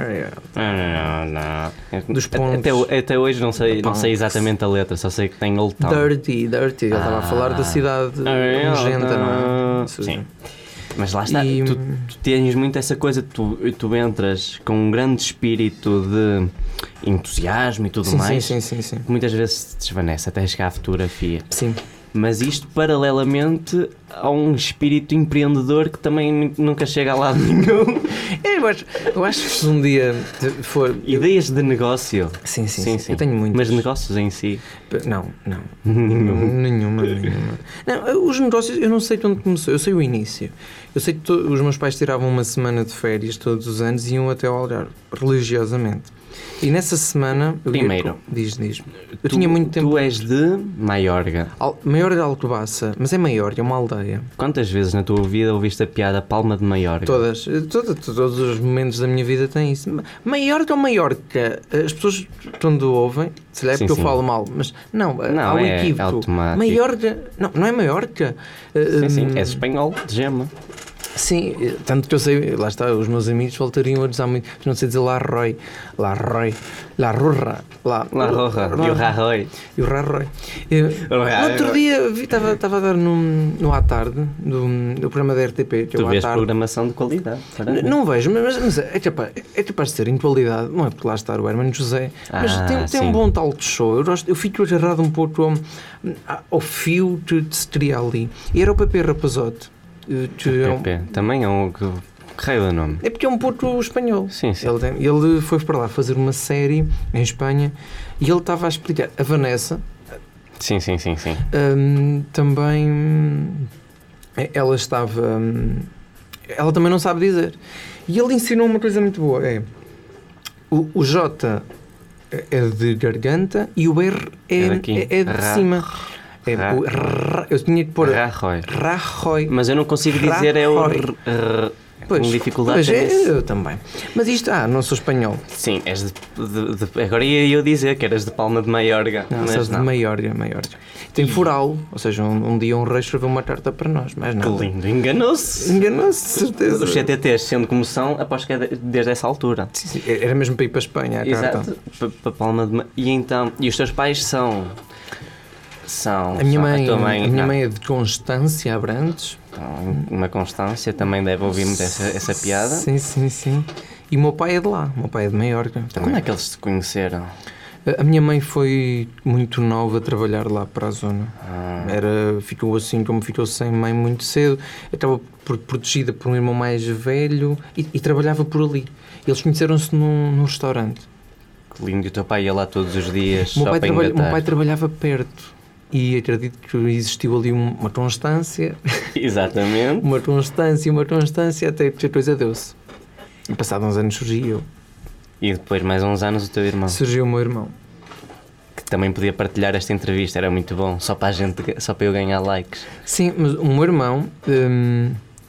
É, Não, não. Dos pontos. Até, até hoje não sei, não sei Pontos. exatamente a letra, só sei que tem Old Town. Dirty, Dirty. Ele estava a falar da cidade Ah, nojenta, não é? Sim. Mas lá está, E- tu, tu tens muito essa coisa, tu, tu entras com um grande espírito de entusiasmo e tudo Sim, mais, sim, sim, sim, sim. que muitas vezes se desvanece até chegar à fotografia. Sim. Mas isto paralelamente a um espírito empreendedor que também nunca chega a lado nenhum. É, eu, acho, eu acho que se um dia for. Ideias de negócio. Sim, sim, Sim, sim, sim. eu tenho muitas. Mas negócios em si. Não, não. nenhuma, nenhuma. Não, os negócios, eu não sei de onde começou, eu sei o início. Eu sei que to- os meus pais tiravam uma semana de férias todos os anos e iam até ao Algarve, religiosamente. E nessa semana... eu ia Primeiro. com- Diz, diz. Eu Tu- tinha muito tempo... Tu és de Maiorga. Al- Maior de Alcobaça, mas é maior, é uma aldeia. Quantas vezes na tua vida ouviste a piada Palma de Maiorga? Todas, toda, todos os momentos da minha vida têm isso. Ma- Maiorca ou Maiorca? As pessoas quando ouvem, se lhe é Sim, porque sim. eu falo mal, mas não, Não, há um é equívoco. automático. Maiorca, não, não é Maiorca. Sim, sim. Hum, És espanhol, de gema. Sim, tanto que eu sei, lá está, os meus amigos voltariam a dizer muito, não sei dizer La Roy, La Roy, La Rurra, La, La Roja e o Rajoy. E o Raroy. No outro dia vi- estava estava a dar no, no à tarde, do, do programa da R T P, que é Tu o à vês tarde. programação de qualidade. N- Não vejo, mas, mas é, capaz, é capaz de ser em qualidade, não é porque lá está o Hermano José, mas Ah, tem, tem sim. um bom talk show. Eu, gosto, eu fico agarrado um pouco ao, ao fio que se cria ali. E era o Pepe Rapazote. eh, que é um- Pepe. Também é um que que raio de nome. É porque é um pouco espanhol. Sim, sim. Ele, tem- ele foi para lá fazer uma série em Espanha e ele estava a explicar. A Vanessa Sim, sim, sim, sim. hum, também. hum, Ela estava. hum, ela também não sabe dizer. E ele ensinou uma coisa muito boa: é. O, o J é de garganta e o R é, É daqui. é- é de Ra- cima. É, ra- o ra- eu tinha que pôr. Rajoy. Rajoy. Mas eu não consigo dizer é o Rajoy. r- r- Pois, com dificuldade. pois é, nisso. eu também. Mas isto, ah, não sou espanhol. Sim, és de, de- de- agora ia eu dizer que eras de Palma de Maiorga. Não, mas sou de não. Maiorga, Maiorga. Tem fural, ou seja, um, um dia um rei escreveu uma carta para nós, mas Que não. lindo, enganou-se. Enganou-se, de certeza. Os C T Ts, sendo como são, aposto que é de- desde essa altura. Sim, sim, era mesmo para ir para a Espanha, a carta. Exato, pa- pa Palma de Ma- E então, e os teus pais são. São. A minha são- mãe, tua a minha não, mãe é de Constância Abrantes. então, uma Constância também deve ouvir muito essa, essa piada. Sim, sim, sim. E o meu pai é de lá, o meu pai é de Maiorca. Como é que eles se conheceram? A minha mãe foi muito nova a trabalhar lá para a zona. Ah, Era, ficou assim como ficou sem mãe muito cedo. Estava por- protegida por um irmão mais velho e, e trabalhava por ali. Eles conheceram-se num, num restaurante. que lindo, e o teu pai ia lá todos os dias O meu só pai, para trabalha- o meu engatar. pai trabalhava perto e acredito que existiu ali um- uma constância, Exatamente. uma constância, uma constância até que a coisa deu-se. E passados uns anos surgiu eu. E depois, mais uns anos, o teu irmão, Surgiu o meu irmão. que também podia partilhar esta entrevista, era muito bom, só para, a gente, só para eu ganhar likes. Sim, mas o meu irmão, hum,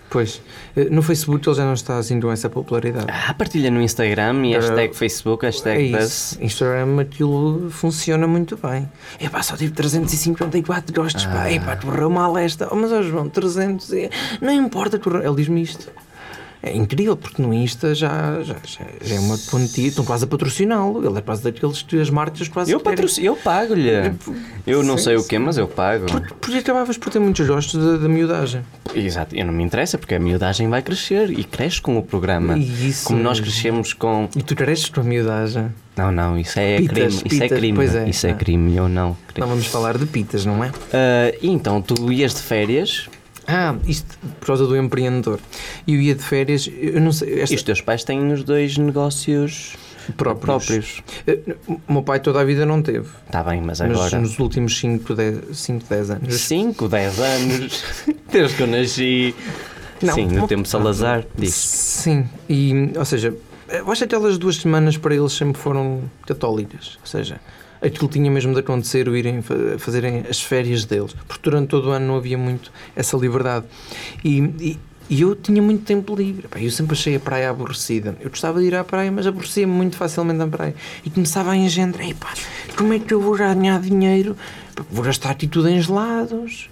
Pois, eh, no Facebook ele já não está assim com essa popularidade. Ah, partilha no Instagram e Era- hashtag Facebook, É hashtag isso. Buzz. Instagram aquilo funciona muito bem. É pá, só tive trezentos e cinquenta e quatro gostos, pá. Ah. É pá, correu mal esta. Oh, mas ó João, trezentos e... Não importa, correu... Ele diz-me isto. É incrível, porque no Insta já, já, já, já é uma quantia, estão quase a patrociná-lo. Ele é quase daqueles que as marcas quase Eu, querem. patrocino, eu pago-lhe. Eu não Sim, sei o sim. quê, mas eu pago. Porque, porque acabavas por ter muitos gostos da, da miudagem. Exato, eu não me interessa porque a miudagem vai crescer e cresce com o programa. Isso. Como nós crescemos com. E tu cresces com a miudagem. Não, não, isso é Pitas, crime. Isso é pitas, crime. pois é. Isso é Ah. crime, eu não. Não vamos falar de pitas, não é? Ah, e então, tu ias de férias Ah, isto por causa do empreendedor. E eu ia de férias, eu não sei. Esta... e os teus pais têm os dois negócios Próprios. próprios. Eh, O meu pai toda a vida não teve, Está bem, mas mas agora. nos últimos cinco, dez anos. cinco, dez anos, desde que eu nasci. Não, Sim, no não- tempo de Salazar, diz. Sim, e, ou seja, eu acho que aquelas duas semanas para eles sempre foram católicas. Ou seja, aquilo tinha mesmo de acontecer, o irem fa- fazerem as férias deles, porque durante todo o ano não havia muito essa liberdade. E, e, e eu tinha muito tempo livre. Epá, eu sempre achei a praia aborrecida. Eu gostava de ir à praia, mas aborrecia-me muito facilmente a praia. E começava a engendrar: epá, como é que eu vou ganhar dinheiro? Vou gastar aqui tudo em gelados.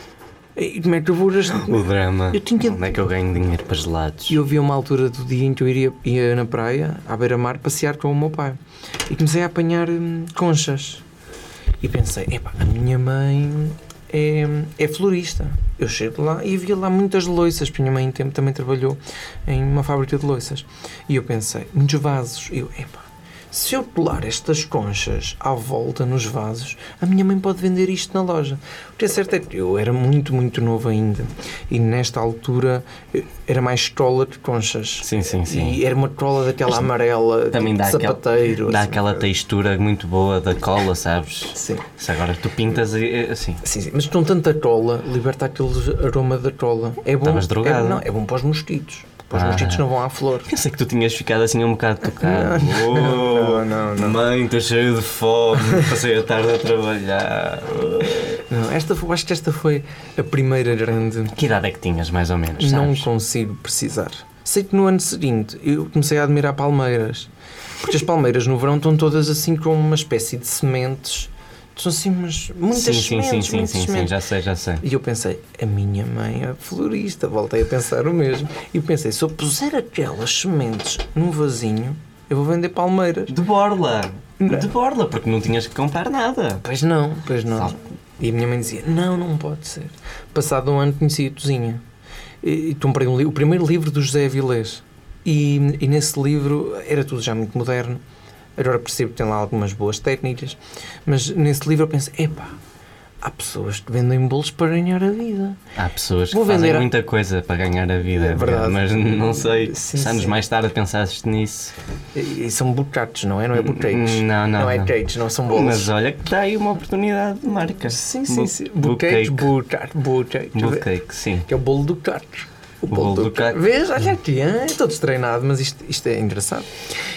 E como é que eu vou gastar? O drama. Eu tinha- Onde é que eu ganho dinheiro para gelados? E eu vi uma altura do dia em que eu iria, ia na praia, à beira-mar, passear com o meu pai. E comecei a apanhar hum, conchas. E pensei: epá, a minha mãe é, é florista. Eu chego lá e havia lá muitas loiças, porque a minha mãe em tempo também trabalhou em uma fábrica de loiças. E eu pensei: muitos vasos. E eu, epá, se eu colar estas conchas à volta nos vasos, a minha mãe pode vender isto na loja. O que é certo é que eu era muito, muito novo ainda. E nesta altura eh, era mais trola de conchas. Sim, sim, sim. E era uma trola daquela amarela, Também de dá, aquela, sapateiro. dá assim. aquela textura muito boa da cola, sabes? Sim. Se agora tu pintas e- assim. Sim, sim, mas com tanta trola, liberta aquele aroma da trola. É bom. Estavas drogado. É, não, é bom para os mosquitos. Para os Ah. mosquitos não vão à flor. Pensei que tu tinhas ficado assim um bocado tocado. Não, não, não. Mãe, estou cheio de fome, passei a tarde a trabalhar. Não, esta, foi- acho que esta foi a primeira grande. Que idade é que tinhas, mais ou menos, Não sabes? consigo precisar. Sei que no ano seguinte eu comecei a admirar palmeiras. Porque as palmeiras no verão estão todas assim com uma espécie de sementes. São assim umas, muitas Sim, sim, sementes, sim, sim, muitas sim, sim, sementes. já sei, já sei. E eu pensei: a minha mãe é florista. Voltei a pensar o mesmo. E pensei: se eu puser aquelas sementes num vasinho, eu vou vender palmeiras. De borla! Não. De borla, porque não tinhas que comprar nada. Pois não, pois não. Sabe? E a minha mãe dizia: não, não pode ser. Passado um ano conheci a Tozinha. E, e comprei um li- o primeiro livro do José Avilés. E, e nesse livro era tudo já muito moderno. Agora percebo que tem lá algumas boas técnicas. Mas nesse livro eu pensei: epá, há pessoas que vendem bolos para ganhar a vida. Há pessoas que Vou fazem vender a- muita coisa para ganhar a vida, É verdade. mas não sei Sim, se anos sim. mais tarde pensaste nisso. E, e são bocados, não é? Não é boteiros. Não, não, Não é não. cakes, não são bolos. Mas olha que dá aí uma oportunidade de marca. Sim, sim, Bu- sim. Bouquets, Bucake. bouquet, bouquet. Bucake, sim. Que é o bolo do caco. O bolo do caco. Vês? Olha aqui, hein? é todo treinado, mas isto, isto é engraçado.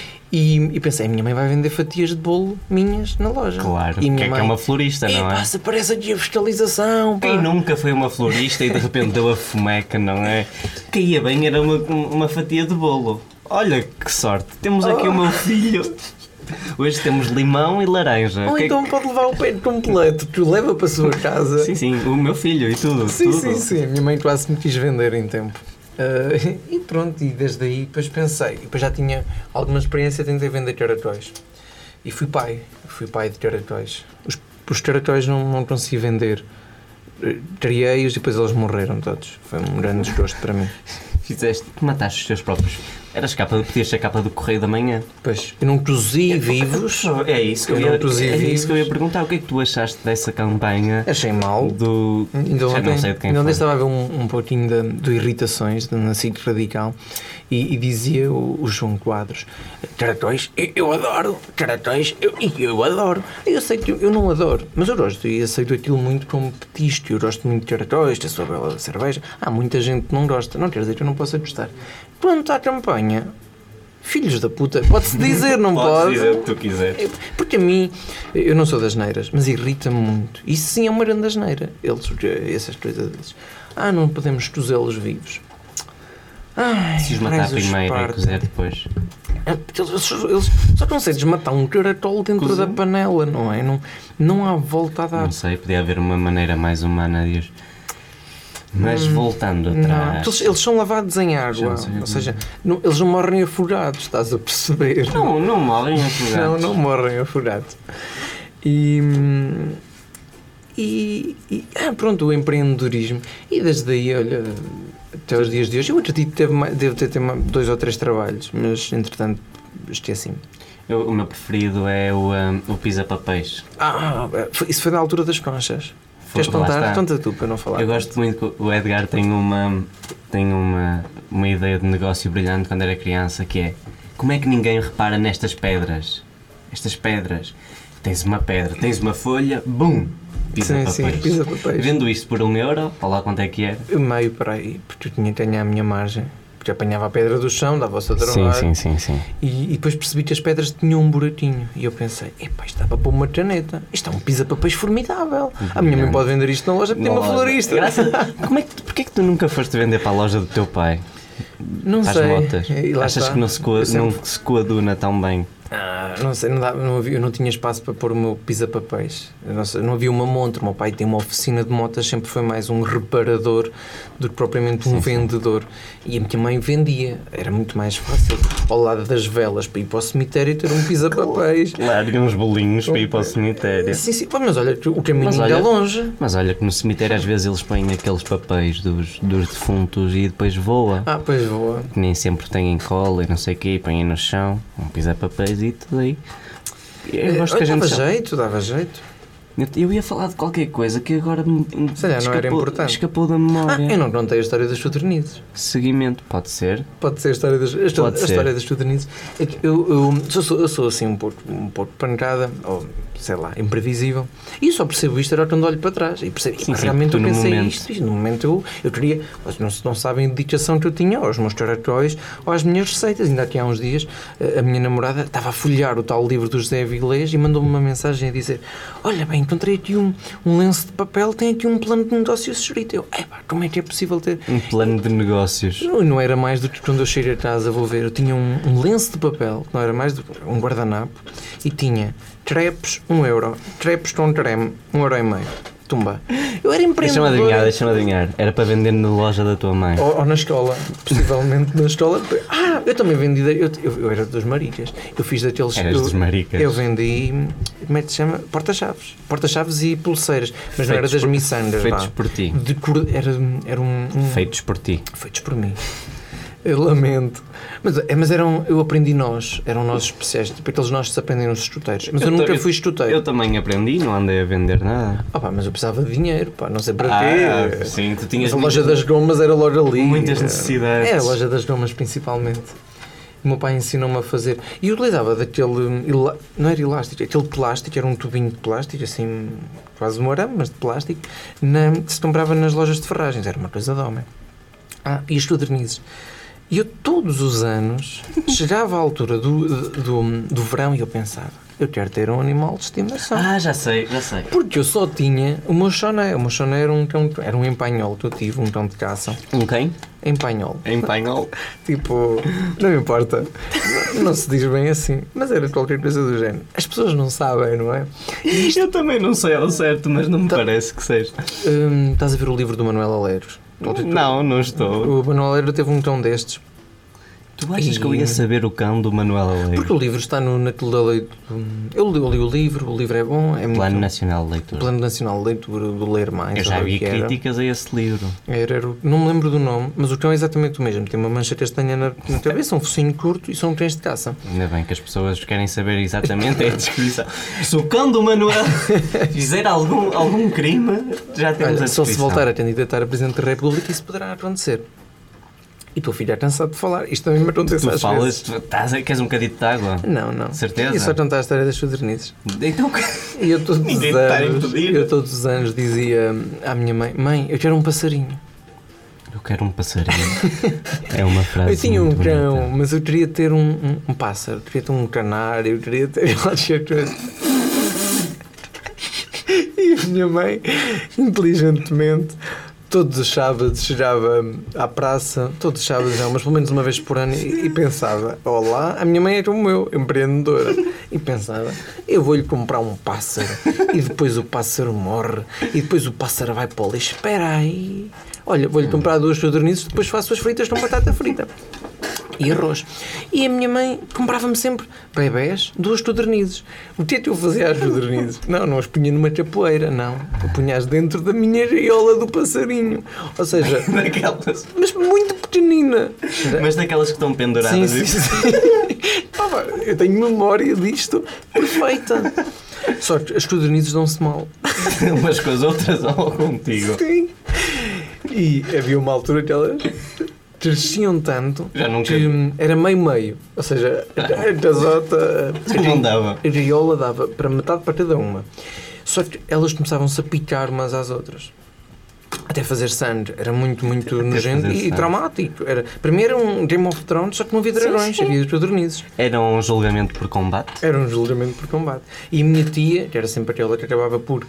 E, e pensei: a minha mãe vai vender fatias de bolo minhas na loja. Claro, E que minha é que mãe, é uma florista, não "Epá, é? se parece aqui a fiscalização, pá." Quem nunca foi uma florista e de repente deu a fumeca, não é? Caía bem, era uma, uma fatia de bolo. Olha que sorte, temos aqui o meu filho. Hoje temos limão e laranja. Ou Que é então pode levar o peito completo, tu leva para a sua casa. que- Sim, sim, o meu filho e tudo. Sim, tudo. sim, sim. A minha mãe quase me quis vender em tempo. Ah, e pronto, e desde aí depois pensei, e depois já tinha alguma experiência, tentei vender caracóis. E fui pai, fui pai de caracóis. Os, os caracóis não, não consegui vender. Eh, Criei-os e depois eles morreram todos. Foi um grande desgosto para mim. Fizeste, mataste os teus próprios. Eras capa, podias ser capa do Correio da Manhã. Pois, eu não cozi vivos, É isso que eu, Eu ia, não cozi é isso vivos. que eu ia perguntar. O que é que tu achaste dessa campanha achei mal. do. Ainda Já ontem, não sei de quem ainda ontem foi. estava a ver um, um pouquinho de, do Irritações, na S I C Radical, e, e dizia o, o João Quadros: caracóis, eu, eu adoro, caracóis, eu, eu adoro. Eu sei que eu, eu não adoro, mas eu gosto e aceito aquilo muito como petisco. Eu gosto muito de caracóis, da sua bela cerveja. Há muita gente que não gosta, não quer dizer que eu não possa gostar. Quanto à campanha, filhos da puta, pode-se dizer, não Podes pode? dizer o que tu quiseres. Porque a mim, eu não sou das neiras, mas irrita-me muito. Isso sim é uma grande asneira. Eles, essas coisas deles. Ah, não podemos cozê-los vivos. Ai, Se os matar raios primeiro e esparta. cozer depois. É, porque Eles, eles, eles só conseguem desmatar um caracol dentro Cozer. da panela, não é? Não, não há volta a dar. Não sei, podia haver uma maneira mais humana de os... Mas voltando Não, atrás... porque eles, eles são lavados em água, Já sei. ou seja, não- eles não morrem afogados, estás a perceber? Não, não morrem afogados. Não, não morrem afogados. E, hum, e, e ah, pronto, o empreendedorismo. E desde aí, olha, até os dias de hoje, eu acredito que teve mais, devo ter, ter mais- dois ou três trabalhos, mas entretanto esqueci-me. Eu- o meu preferido é o, um, o pisa-papéis. Ah, foi- isso foi na altura das conchas. Foi- Queres lá contar? está. Conta tu para eu não falar. Eu gosto muito que o Edgar tem uma, tem uma, uma ideia de negócio brilhante quando era criança, que é: como é que ninguém repara nestas pedras? Estas pedras. Tens uma pedra, tens uma folha, bum! Sim, Pisa-papéis. sim, pisa-papéis. Vendo isto por um euro, para lá quanto é que era? Meio para aí, porque eu tinha que ganhar a minha margem. Porque apanhava a pedra do chão, dava o seu trabalho. sim, sim. E, e depois percebi que as pedras tinham um buraquinho. E eu pensei, epá, isto dá para pôr uma caneta. Isto é um pisa-papéis formidável. A minha mãe pode vender isto na loja porque tem uma florista. Graças... Como é que, porquê é que tu nunca foste vender para a loja do teu pai? Não Para as sei. motas? E lá Achas está. que não se, coa, Eu sempre- não se coaduna tão bem? Ah, não sei, não dava, não havia, eu não tinha espaço para pôr o meu pisa-papéis. Eu Não, sei, não havia uma montra. O meu pai tem uma oficina de motas, sempre foi mais um reparador do que propriamente um Sim, sim. vendedor. E a minha mãe vendia. Era muito mais fácil, ao lado das velas, para ir para o cemitério e ter um pisa-papéis. Larga uns bolinhos para ir para o cemitério. Sim, sim. Pá, mas olha, o caminho Mas ainda é olha- longe. Mas olha que no cemitério às vezes eles põem aqueles papéis dos, dos defuntos e depois voa. Ah, pois voa. Que nem sempre têm cola e não sei o quê, e põem no chão, um pisa-papéis e tudo aí. Eu gosto que a gente dava chama- jeito, dava jeito. Eu, eu ia falar de qualquer coisa que agora me me Se calhar não era escapou, importante. escapou da Ah, memória. eu não contei a história das chudernizes. Seguimento, pode ser. Pode ser a história das, a história, Pode a ser. história das chudernizes. É que Eu, eu, eu, sou, eu sou assim um pouco, um pouco pancada, ou sei lá, imprevisível. E eu só percebo isto agora quando olho para trás. E percebo, Sim, "Epá, sim, realmente tu eu no pensei momento." isto. E no momento eu, eu queria. Vocês não, não sabem a dedicação que eu tinha aos meus caracóis ou às minhas receitas. Ainda aqui há uns dias a a minha namorada estava a folhear o tal livro do José Avilés e mandou-me uma mensagem a dizer: olha bem, encontrei aqui um, um lenço de papel, tem aqui um plano de negócio escrito. Eu, epá, como é que é possível ter. Um plano de negócios. Não, não era mais do que quando eu cheguei a casa, vou ver, eu tinha um, um lenço de papel, que não era mais do que um guardanapo, e tinha crepes, um euro, crepes com creme, um euro e meio. Tumba. Eu era Deixa-me empreendedor. adivinhar, deixa-me adivinhar. Era para vender na loja da tua mãe. Ou, ou na escola, possivelmente na escola. Ah, eu também vendi, eu, eu, eu era dos maricas, eu fiz daqueles... Eras eu, dos maricas. Eu vendi, como é que se chama? Porta-chaves. Porta-chaves e pulseiras, mas não era Feitos das por- miçangas, Feitos vá. por ti. De cor, era, era um, um... Feitos por ti. Feitos por mim. Eu lamento. Mas, é, mas eram, eu aprendi nós, eram nós especiais, tipo aqueles nós que se aprendem nos escuteiros. Mas eu, nunca eu- fui escuteiro. Eu também aprendi, não andei a vender nada. Ah pá, mas eu precisava de dinheiro, pá, não sei para Ah, quê. sim, tu tinhas Mas a loja das gomas era logo ali. muitas necessidades. É, a loja das gomas principalmente. O meu pai ensinou-me a fazer. E eu utilizava daquele. ela- Não era elástico, aquele plástico, era um tubinho de plástico, assim, quase um arame, mas de plástico, na, que se comprava nas lojas de ferragens. Era uma coisa de homem. Ah, e as codornizes. E eu todos os anos chegava à altura do, do, do verão e eu pensava, eu quero ter um animal de estimação. Ah, já sei, já sei. Porque eu só tinha o meu choné. O meu choné era um cão, era um empanhol que eu tive, um cão de caça. Um quem? Empanhol. Em espanhol. Tipo, não importa. Não se diz bem assim. Mas era qualquer coisa do género. As pessoas não sabem, não é? Eu também não sei ao certo, mas não me Tá. parece que seja. Hum, estás a ver o livro do Manuel Aleiros? Não, não estou. O Manuel Aleiros teve um cão destes. Tu achas E- que eu ia saber o cão do Manuel Porque Aleiro? o livro está no, naquilo da lei. Eu li, eu li o livro, o livro é bom. É muito, Plano Nacional de Leitura. Plano Nacional de Leitura, do Ler Mais. Eu já ou o vi que era. críticas a esse livro. Era, era o- não me lembro do nome, mas o cão é exatamente o mesmo. Tem uma mancha castanha na, na cabeça, um focinho curto e são cães de caça. Ainda bem que as pessoas querem saber exatamente a descrição. Se o cão do Manuel fizer algum, algum crime, já temos Olha, a só descrição. se voltar a candidatar a Presidente da República, isso poderá acontecer. E tua filha é cansado de falar. Isto também me acontece Tu às falas, vezes. tu estás, queres um bocadinho de água? Não, não. Certeza? E só contar a história das codornizes. Então, E eu todos, os Ninguém te está a anos, impedir. eu todos os anos dizia à minha mãe: Mãe, eu quero um passarinho. eu quero um passarinho. É uma frase. Eu tinha um muito cão, bonita. mas eu queria ter um, um, um pássaro, queria ter um canário, eu queria ter qualquer coisa. E a minha mãe, inteligentemente, todos os sábados chegava à praça, todos os sábados não, mas pelo menos uma vez por ano, e, e pensava, olá, a minha mãe é como eu, empreendedora, e pensava, eu vou-lhe comprar um pássaro, e depois o pássaro morre, e depois o pássaro vai para o lixo, espera aí, olha, vou-lhe comprar duas codornizes, depois faço as fritas com batata frita. E arroz. E a minha mãe comprava-me sempre bebés, duas codornizes. O que é que eu fazia às codornizes? Não, não as punha numa capoeira, não. Eu punha-as dentro da minha gaiola do passarinho. Ou seja, Daquelas. mas muito pequenina. Mas daquelas que estão penduradas. Sim, sim, sim. Ah, pá, eu tenho memória disto perfeita. Só que as codornizes dão-se mal. Umas com as outras ou contigo. Sim. E havia uma altura que elas cresciam tanto Já nunca- que era meio-meio. Ou seja, a casota, Não dava. a gaiola dava para metade para cada uma. Só que elas começavam-se a picar umas às outras. Até fazer sangue. Era muito, muito nojento fazer e sangue. traumático. Era, primeiro era um Game of Thrones, só que não havia dragões, sim. havia codornizes. Era um julgamento por combate. Era um julgamento por combate. E a minha tia, que era sempre aquela que acabava por...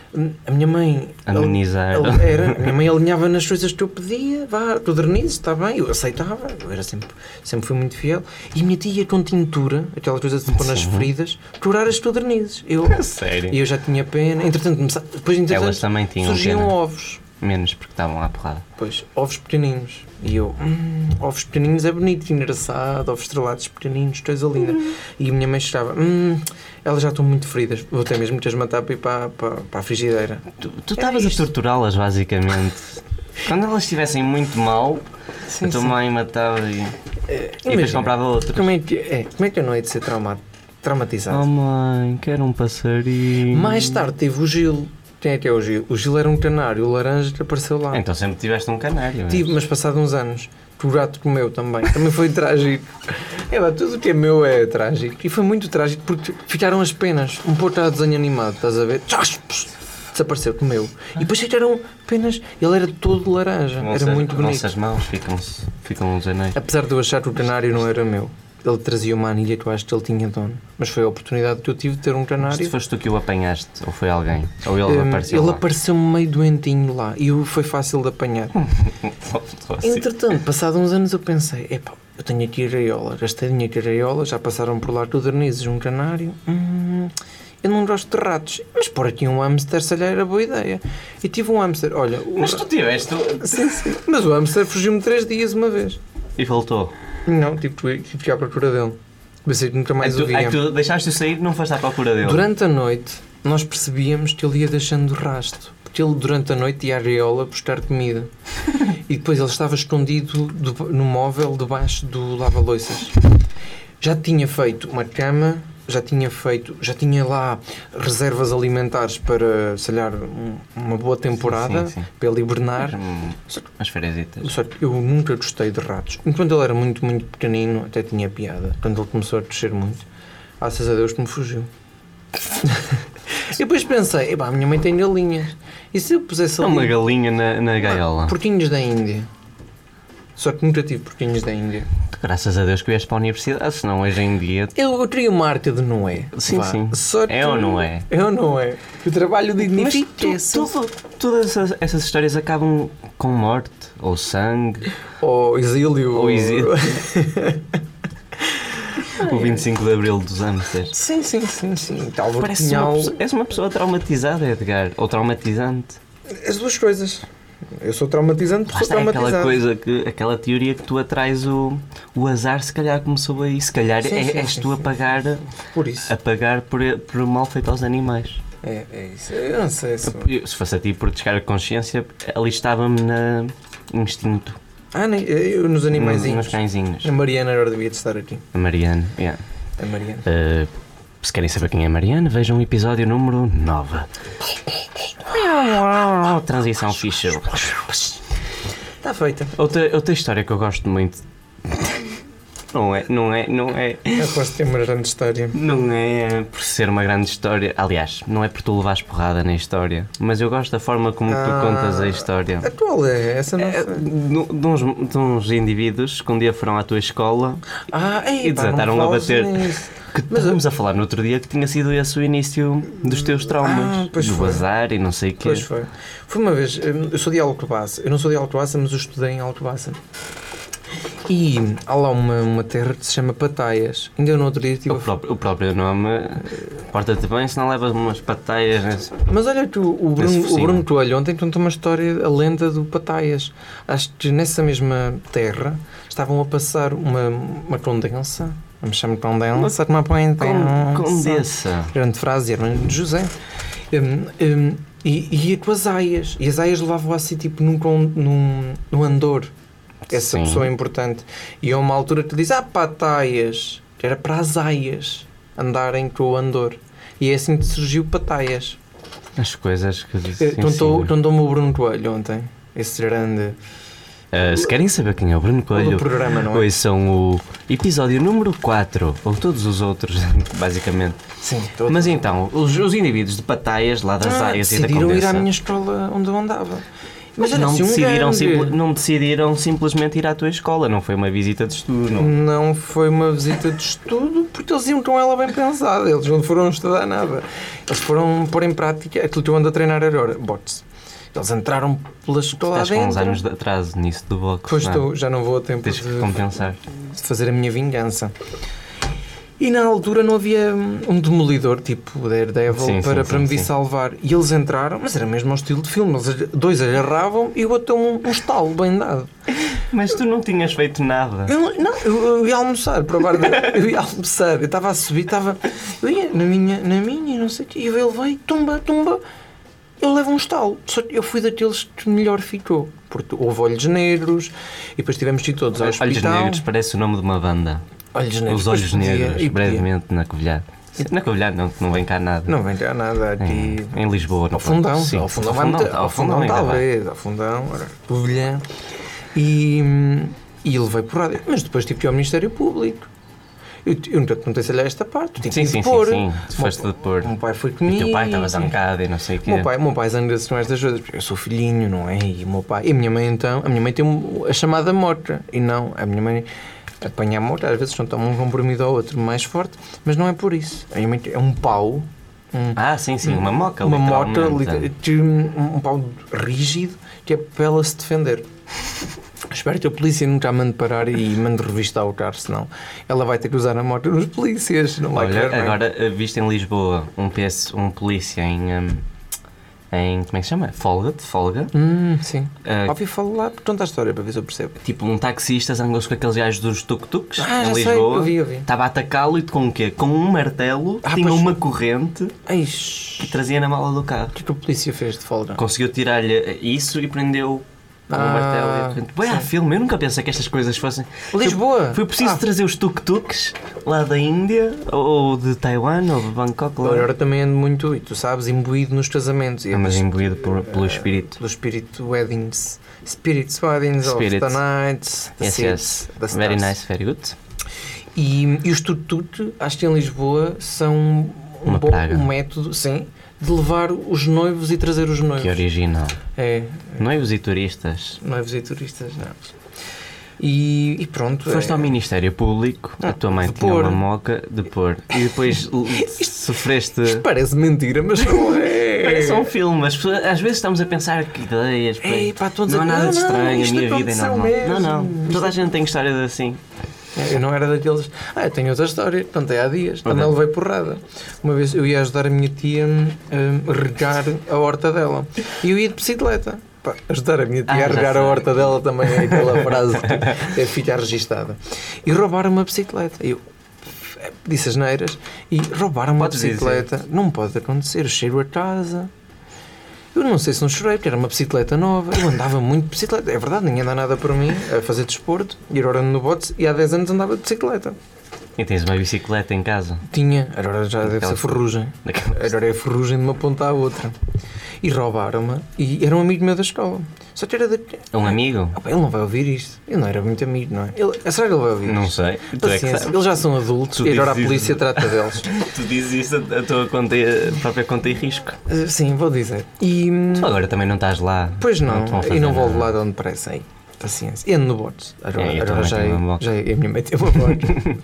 A minha mãe... Amenizar. ela- ela era, a minha mãe alinhava nas coisas que eu pedia. Vá, codornizes, está bem. Eu aceitava. Eu era sempre, sempre fui muito fiel. E a minha tia com tintura, aquela coisa de se pôr nas Sim. feridas, curar as codornizes. Eu, Sério? e eu já tinha pena. Entretanto, começa- depois entretanto, Elas também tinham surgiam pena. ovos. Menos porque estavam à porrada. Pois, ovos pequeninos. E eu, hum, ovos pequeninos é bonito, engraçado, ovos estrelados pequeninos, coisa linda. E a minha mãe chegava, hum, elas já estão muito feridas, vou ter mesmo que as matar para ir para, para, para a frigideira. Tu tu estavas a isto. torturá-las, basicamente. Quando elas estivessem muito mal, Sim, a tua sim. mãe matava e, e depois Imagina, comprava outras. Como é, que, é, como é que eu não hei de ser trauma, traumatizado? Oh mãe, quero um passarinho. Mais tarde teve o Gil. Quem é que é o Gil? O Gil era um canário, o laranja que apareceu lá. Então sempre tiveste um canário. Tive, mas passado uns anos, que o gato comeu também. Também foi trágico. É, pá, tudo o que é meu é trágico. E foi muito trágico porque ficaram as penas. Um pouco a desenho animado, estás a ver? Desapareceu, comeu. E depois ficaram penas. Ele era todo laranja. Vão Era ser- muito bonito. Nossas mãos ficam, ficam os anéis. Apesar de eu achar que o canário não era meu. Ele trazia uma anilha que eu acho que ele tinha dono. Mas foi a oportunidade que eu tive de ter um Mas canário. se foste tu que o apanhaste, ou foi alguém? Ou ele Hum, apareceu ele lá? apareceu meio doentinho lá e eu- foi fácil de apanhar. Assim. Entretanto, passados uns anos eu pensei, epá, eu tenho aqui a gaiola, gastei dinheiro com a gaiola, já passaram por lá codornizes, um canário, hum, eu não gosto de ratos, mas pôr aqui um hamster, se calhar era boa ideia. E tive um hamster, olha... O... Mas tu tiveste Sim, sim. Mas o hamster fugiu-me três dias uma vez. e voltou. Não, tive que tive que ir à procura dele. Pensei que nunca Aí mais tu, o via. aí tu deixaste-o sair e não foste à procura dele. Durante a noite, nós percebíamos que ele ia deixando rasto. Porque ele, durante a noite, ia à gaiola buscar comida. E depois ele estava escondido do- no móvel debaixo do lava-loiças. Já tinha feito uma cama, já tinha feito, já tinha lá reservas alimentares para, sei lá, um- uma boa temporada, Sim, sim. para ele hibernar. Hum, Umas feresitas. Só que eu nunca gostei de ratos. Enquanto ele era muito, muito pequenino, até tinha piada. Quando ele começou a crescer muito, graças a Deus que me fugiu. E depois pensei, epá, a minha mãe tem galinhas. E se eu pusesse Há ali... uma galinha na, na Ah, gaiola. porquinhos da Índia. Só que nunca tive porquinhos da Índia. Graças a Deus que vieste para a universidade, senão hoje em dia... Eu, eu queria uma arca de Noé. Sim, Vá. sim. Só que- É ou não é? É ou não é? O trabalho Mas dignifica tu, tudo- todas essas, essas histórias acabam com morte, ou sangue, Ou exílio. Ou exílio. o vinte e cinco de Abril dos hamsters. Sim, sim, sim, sim. Talvez Parece tinha uma, algo- pessoa- és uma pessoa traumatizada, Edgar, ou traumatizante. As duas coisas. Eu sou traumatizante porque Lá sou está, é aquela traumatizado. coisa, que, aquela teoria que tu atrás o, o azar, se calhar começou aí, se calhar Sim, é, sim, és sim, tu a sim. pagar, Por isso. a pagar por, por o mal feito aos animais. É, é isso. Eu não sei se... Eu, se fosse a ti por descarga de consciência, ali estava-me na instinto, Ah, nem, eu nos animaizinhos. nos cãezinhos. A Mariana agora devia de estar aqui. A Mariana, yeah. A Mariana. Uh, se querem saber quem é a Mariana, vejam o episódio número nove. Transição ficha. Está feita. Outra, outra história que eu gosto muito. Não é, não é, não é. Eu aposto que é uma grande história. Não é por ser uma grande história. Aliás, não é por tu levares porrada na história. Mas eu gosto da forma como Ah. tu contas a história. A qual é? Essa não É, sei. de, de uns, de uns indivíduos que um dia foram à tua escola Ah, ei, e pá, não desataram me a fales bater. nisso. Que estávamos a falar no outro dia que tinha sido esse o início dos teus traumas, Ah, pois do foi. bazar e não sei o quê. Pois foi. Foi uma vez, eu sou de Alcobaça, eu não sou de Alcobaça, mas eu estudei em Alcobaça. E há lá uma, uma terra que se chama Pataias. Ainda eu no outro dia tive O a... próprio, o próprio nome, porta-te bem, se não levas umas pateias. Mas olha, tu, o Desse Bruno, por o cima. Bruno Toalho ontem contou uma história, a lenda do Pataias. Acho que nessa mesma terra estavam a passar uma, uma condensa. Não me chamo condensa, que me apoiem Com, condensa. Grande frase, irmã de José. Hum, hum, e, e ia com as aias. E as aias levavam assim, tipo, num, con- num, num andor. Essa Sim. pessoa é importante. E a uma altura tu dizes, ah, pataias. Que era para as aias andarem com o andor. E é assim que surgiu Pataias. As coisas que disse. Contou-me o Bruno Coelho ontem. Esse grande... Uh, se querem saber quem é o Bruno O Coelho, do programa, não é? hoje são o episódio número quatro, ou todos os outros, basicamente. Sim, todo. Mas então, os, os indivíduos de Pataias, lá das Ah, Aias e da decidiram ir à Condessa, minha escola onde eu andava. mas era não, assim um decidiram grande. simple- não decidiram simplesmente ir à tua escola, não foi uma visita de estudo. Não. Não foi uma visita de estudo, porque eles iam com ela bem pensada. Eles não foram estudar nada. Eles foram pôr em prática aquilo que eu ando a treinar agora, boxe. Eles entraram pela escola Estás com uns dentro. anos de atraso nisso do boxe. Pois não é? estou, já não vou a tempo Tens que de, compensar. de fazer a minha vingança. E na altura não havia um demolidor tipo Daredevil Sim, para, sim, para me sim, vir sim. salvar. E eles entraram, mas era mesmo ao estilo de filme. Eles dois agarravam e o outro um, um estalo bem dado. Mas tu não tinhas feito nada. Eu, não, eu, eu ia almoçar para o bar de, eu ia almoçar, eu estava a subir, estava. Eu ia na minha, na minha, não sei o quê, e ele veio, tumba, tumba. Eu levo um estalo. Só que eu fui daqueles que melhor ficou. Porque houve olhos negros e depois tivemos de ir todos ao hospital. Olhos Negros parece o nome de uma banda. Olhos negros. Os Olhos Pois podia, Negros, e podia. brevemente na Covilhã. Na Covilhã não, que não vem cá nada. Não vem cá nada aqui. Em, em Lisboa. no Ao fundão, Porto. Sim, ao fundão, ao vai fundão, meter- ao ao fundão ainda vai. talvez, ao fundão, ora, Covilhã. E, e ele veio por rádio. Mas depois tive que ir ao Ministério Público. Eu, eu não te- não sei se olhar esta parte, tu tinha Sim, que sim, depor. sim, sim. Tu O meu- foste depor. O meu pai foi E comigo. o teu pai estava zangado e não sei o O quê. meu pai, o meu pai zanga-se com estas coisas, porque eu sou filhinho, não é? E o meu pai, e a minha mãe então, a minha mãe tem um- a chamada morta, e não, a minha mãe apanha a morta, às vezes não toma um comprimido ao outro mais forte, mas não é por isso. A minha mãe é um pau, um, Ah, sim, sim, uma moca, uma mota, literalmente. liter- um, um pau rígido, que é para ela se defender. Espero que a polícia nunca a mande parar e mande revistar o carro, senão ela vai ter que usar a moto nos polícias, não vai Olha, querer, não é? agora viste em Lisboa um, P S, um polícia em, hum, em. Como é que se chama? Folga, de folga. Hum, sim. Ah, Ouvi falar, conta a história para ver se eu percebo. tipo, um taxista zangou-se com aqueles gajos dos tuk-tuks Ah, em já sei, Lisboa. eu vi, eu vi. Estava a atacá-lo e com o quê? Com um martelo, Ah, tinha pois. uma corrente Eish, que trazia na mala do carro. o que é que a polícia fez de folga? Conseguiu tirar-lhe isso e prendeu com um Ah, martelo e a corrente. Bem, há sim. filme, eu nunca pensei que estas coisas fossem. Lisboa! Foi preciso Ah. trazer os tuk-tuks lá da Índia, ou de Taiwan, ou de Bangkok. Lá. Agora também ando muito, e tu sabes, imbuído nos casamentos. E Ah, mas eu- imbuído por- pelo espírito. Pelo espírito weddings. Spirits weddings Spirit. of the nights, the Yes, seeds, yes. the Very stars. nice, very good. E, e os tuk-tuk, acho que em Lisboa, são um, Uma bom, praga. um método, sim, de levar os noivos e trazer os noivos. Que original. É, Noivos e turistas. noivos e turistas, não. E, e pronto. Foste é, ao Ministério Público, a tua mãe de tinha pôr. uma moca de pôr. E depois l- sofreste. Isto parece mentira, mas não é. Parece um filme, mas às vezes estamos a pensar que ideias. pá, Ei, pá, todos não há a- nada não, de não, estranho, a isto minha vida é aconteceu normal. mesmo. Não, não. Toda a gente tem histórias assim. Eu não era daqueles. Ah, eu tenho outra história, contei há dias, também Ok. levei porrada. Uma vez eu ia ajudar a minha tia a regar a horta dela e eu ia de bicicleta. Pá, ajudar a minha tia Ah, a já regar a sei. horta dela também é aquela frase que deve ficar registada. E roubaram uma bicicleta. Eu disse as neiras e roubaram uma Podes bicicleta. Não pode acontecer, eu cheiro a casa. Eu não sei se não chorei, porque era uma bicicleta nova. Eu andava muito de bicicleta. É verdade, ninguém dá nada para mim a fazer desporto, ir orando no bote, e há dez anos andava de bicicleta. E tens uma bicicleta em casa. Tinha, agora já deve Daquela- ser ferrugem. Daquela- Agora é ferrugem de uma ponta à outra. E roubaram-me, e era um amigo meu da escola. Só que era de... Um amigo? Ah, pá, ele não vai ouvir isto. Ele não era muito amigo, não é? Ele... Será que ele vai ouvir Não isto? sei. Tu é que Paciência, sabes. eles já são adultos Tu e agora a dizes polícia isso. trata deles. Tu dizes isso a a tua conta, e- a própria conta e risco. Uh, Sim, vou dizer. E... Tu agora também não estás lá. Pois não, te vão e fazer não vou nada. lá de onde parece aí. Paciência. E ando no bote. Agora, É, eu agora também já, tenho é, uma moto. já é, a minha mãe tem uma moto.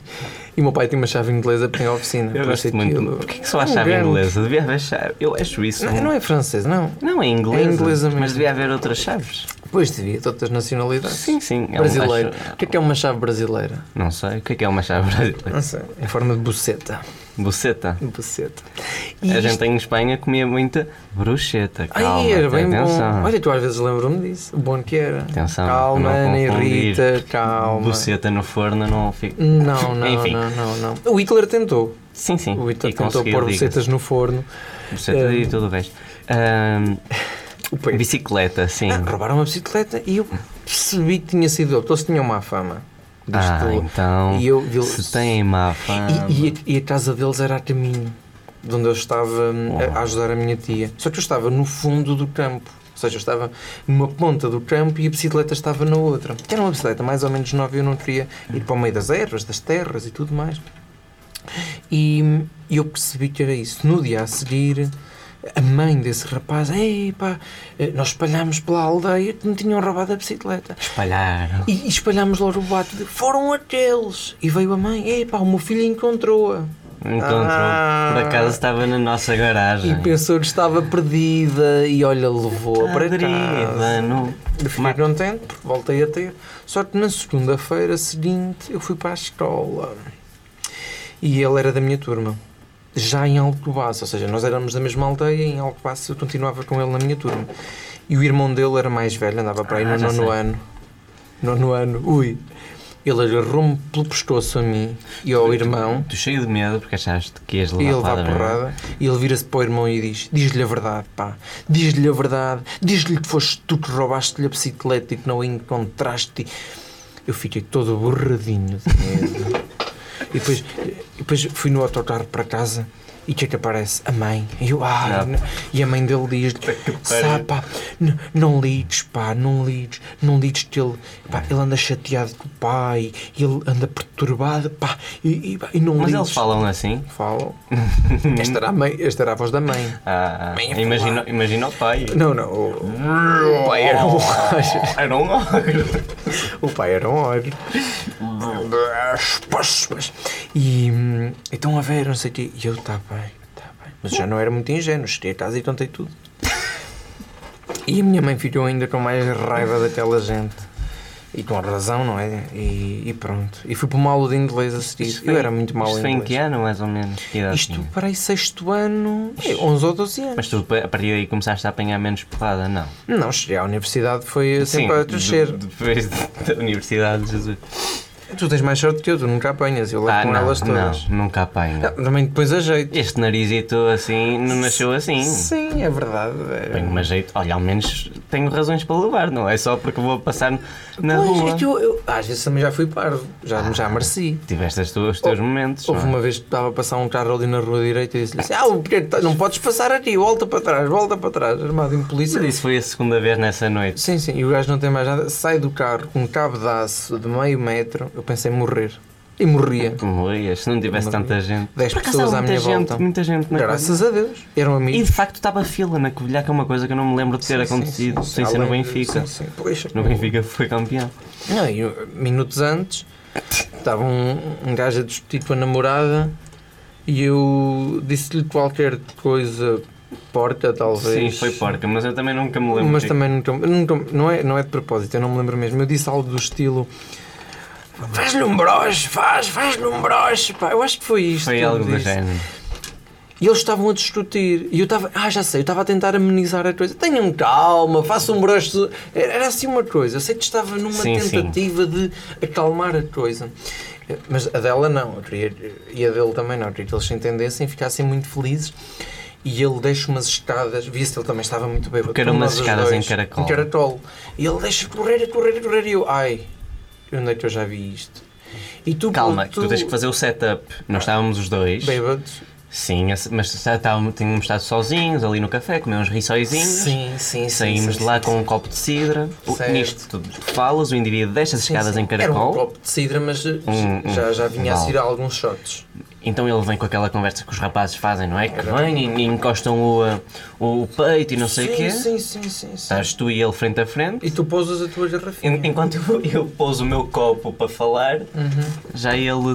E o meu pai tinha uma chave inglesa para a oficina. Eu por isso gosto muito. aquilo- Porquê que só há É um chave grande- inglesa? Devia haver chave. Eu acho isso. Não, não é francês, não. Não, é inglesa. É inglesa mesmo. Mas devia haver outras chaves. Pois devia, de outras nacionalidades. Sim, sim. É um- Brasileiro. acho- O que é que é uma chave brasileira? Não sei. O que é que é uma chave brasileira? Não sei. Em forma de buceta. Buceta. Buceta. E A isto- gente em Espanha comia muita bruxeta. Calma, Ai, era bem atenção. bom. Olha, tu às vezes lembro-me disso. O bom que era. Atenção, Calma, para não Ana confundir. Rita, calma. Buceta no forno não fica. Não, não, Enfim. não, não, não. O Hitler tentou. Sim, sim. O Hitler E tentou conseguiu, pôr diga-se. bucetas no forno. Buceta Eh, e tudo o resto. Ahm, O peito. bicicleta, sim. Ah, roubaram uma bicicleta e eu percebi que tinha sido ele. Todos tinham má fama. Ah, Disto. então. E eu vi- Se tem má fama. E, e a, e a casa deles era a caminho de onde eu estava hum, a, a ajudar a minha tia. Só que eu estava no fundo do campo. Ou seja, eu estava numa ponta do campo e a bicicleta estava na outra. Que era uma bicicleta mais ou menos nova e eu não queria ir para o meio das ervas, das terras e tudo mais. E, e eu percebi que era isso. No dia a seguir, a mãe desse rapaz, ei pá, nós espalhámos pela aldeia que me tinham roubado a bicicleta. Espalharam. E, e espalhámos logo o boato de foram aqueles. E veio a mãe, ei pá, o meu filho encontrou-a. Encontrou. Ah. Por acaso estava na nossa garagem. E pensou que estava perdida e olha, levou-a para casa. Adriva, no... Eu fiquei Ma- contente, porque voltei a ter. Só que na segunda-feira seguinte eu fui para a escola. E ele era da minha turma. Já em Alcobaça, ou seja, nós éramos da mesma aldeia e em Alcobaça eu continuava com ele na minha turma. E o irmão dele era mais velho, andava para aí Ah, no já nono sei. ano. Nono ano, ui. Ele agarrou-me pelo pescoço a mim e ao irmão. Tu cheio de medo porque achaste que ias E ele levar dá porrada, não é? porrada e ele vira-se para o irmão e diz: diz-lhe a verdade, pá, diz-lhe a verdade, diz-lhe que foste tu que roubaste-lhe a bicicleta e que não a encontraste. Eu fiquei todo borradinho de medo. e, depois, e depois fui no autocarro para casa e o que é que aparece? A mãe. E eu, ah, Não. e a mãe dele diz-lhe: sabe, pá, n- não lides, pá, não lides, não lides que ele, pá, ele anda chateado com o pai, ele anda perturbado, pá, e, e, pá, e não Mas lides. eles falam assim? Falam. Esta era a, mãe, esta era a voz da mãe. Ah, Mãe a imagina, falar. imagina o pai. Não, não. O, o pai era um ogro. Era um ogro. O pai era um ogro. E hum, então a ver, não sei o quê. E eu, está bem, está bem. Mas já não era muito ingênuo. Cheguei a casa e contei tudo. E a minha mãe ficou ainda com mais raiva daquela gente. E com razão, não é? E, e pronto. E fui para uma aula de inglês a seguir. Isto Eu foi- era muito mau Isto em foi em inglês. que ano, mais ou menos? Que idade Isto tinha? para aí sexto ano, é, onze ou doze anos. Mas tu a partir daí começaste a apanhar menos porrada, não? Não, cheguei à universidade, foi sempre a de- crescer. depois da Universidade de Jesus. Tu tens mais sorte que eu, tu nunca apanhas, eu levo Ah, com não, elas todas. não, nunca apanho. Ah, também depois a jeito. Este narizito assim não nasceu assim. Sim, é verdade. É. Tenho-me jeito, olha, ao menos tenho razões para levar, não é só porque vou passar na Pois, rua. é que eu, eu- às vezes também já fui parvo, já, já mereci. Tiveste as tuas- os teus Oh, momentos. Houve não é? uma vez que estava a passar um carro ali na rua direita e disse-lhe assim: ah, o quê? não podes passar aqui, volta para trás, volta para trás, armado em polícia. Mas isso foi a segunda vez nessa noite. Sim, sim, e o gajo não tem mais nada, sai do carro com um cabo de aço de meio metro, eu pensei em morrer. E morria. Morrias, se não tivesse Morria. tanta gente. Dez Por acaso pessoas há à muita minha gente, volta. muita gente na Graças a Deus, eram E amigos. de facto estava fila na Covilhã, que é uma coisa que eu não me lembro de ter Sim, sim, acontecido sim, sem sim. ser no Além- Benfica. Sim, sim. Pois, No Benfica foi campeão. Não, e uh, minutos antes estava um, um gajo a discutir com a namorada e eu disse-lhe qualquer coisa porca, talvez. Sim, foi porca, mas eu também nunca me lembro. Mas que- também nunca, nunca não, é, não é de propósito, eu não me lembro mesmo. Eu disse algo do estilo: faz-lhe um broche, faz, faz-lhe um broche. Pá, eu acho que foi isto. Foi que ele algo do disse. género. E eles estavam a discutir. E eu estava, ah, já sei, eu estava a tentar amenizar a coisa. Tenham calma, façam um broche. Era assim uma coisa. Eu sei que estava numa Sim, sim. tentativa de acalmar a coisa. Mas a dela não, eu queria, e a dele também não. Eu queria que eles se entendessem e ficassem muito felizes. E ele deixa umas escadas, via-se que ele também estava muito bêbado. Porque eram como umas nós os escadas dois, em caracol. Em caracol. E ele deixa correr, a correr, a correr. E eu, ai, onde é que eu já vi isto? E tu, Calma, tu, tu tens que fazer o setup. Nós estávamos os dois. Bêbados. Sim, mas já estávamos, tínhamos estado sozinhos ali no café, comer uns rissóizinhos. Sim, sim, sim. Saímos sim, de lá sim, com um sim. copo de cidra. O- Certo. Nisto, tu falas, o indivíduo deixa as Sim, escadas sim. em Era um caracol. copo de cidra, mas uh, Um- já, um já vinha vale. a seguir alguns shots. Então ele vem com aquela conversa que os rapazes fazem, não é? Que vêm e encostam o, uh, o peito e não sei o sim, quê. Sim, sim, sim, sim. Estás tu e ele frente a frente. E tu pousas a tua garrafinha. En- Enquanto eu, eu pôs o meu copo para falar, Uhum. já ele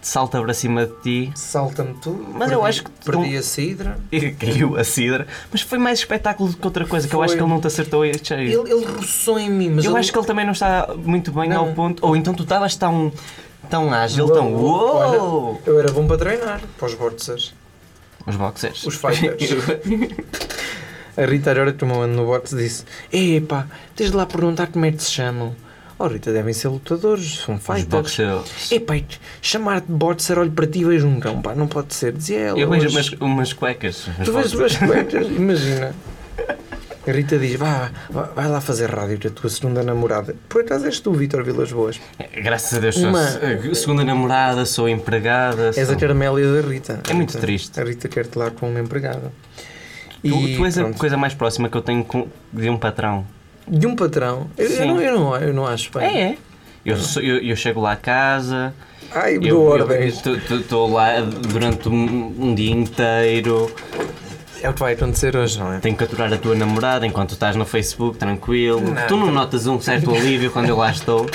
salta para cima de ti. Salta-me tudo. Mas perdi, eu acho que tu- perdi a cidra. E caiu a cidra. Mas foi mais espetáculo do que outra coisa, que eu Foi. acho que ele não te acertou a cheio. Ele, ele roçou em mim, mas Eu ele- acho que ele também não está muito bem Não. ao ponto. Ou então tu estavas tão, tão ágil, tão Olha, uou! eu era bom para treinar, para os boxers. Os boxers. Os fighters. A Rita, a hora que tomou ano no boxe, disse: epá, tens de lá perguntar como é que se chamam. Oh Rita, devem ser lutadores, são Os fighters. boxers. Epá, chamar-te boxer, olho para ti e vejo um cão, pá, não pode ser. Dizia ela. Eu vejo hoje. umas, umas cuecas. Tu vês umas cuecas, imagina. A Rita diz: vá, vá, vai lá fazer rádio com a tua segunda namorada. Por acaso és tu, Vítor Vilas Boas. Graças a Deus sou Uma- a segunda namorada, sou empregada. És sou... a Carmélia da Rita. É muito Rita- triste. A Rita quer-te lá com uma empregada. Tu, tu és a pronto. coisa mais próxima que eu tenho com- de um patrão. De um patrão. Eu, eu, Sim. não, eu, não, eu não acho bem. É, é. Eu, sou- eu, eu chego lá a casa, Ai, eu dou ordens. estou lá durante um, um dia inteiro, É o que vai acontecer hoje, não é? tenho que aturar a tua namorada enquanto tu estás no Facebook, tranquilo. Não. Tu não notas um certo alívio quando eu lá estou?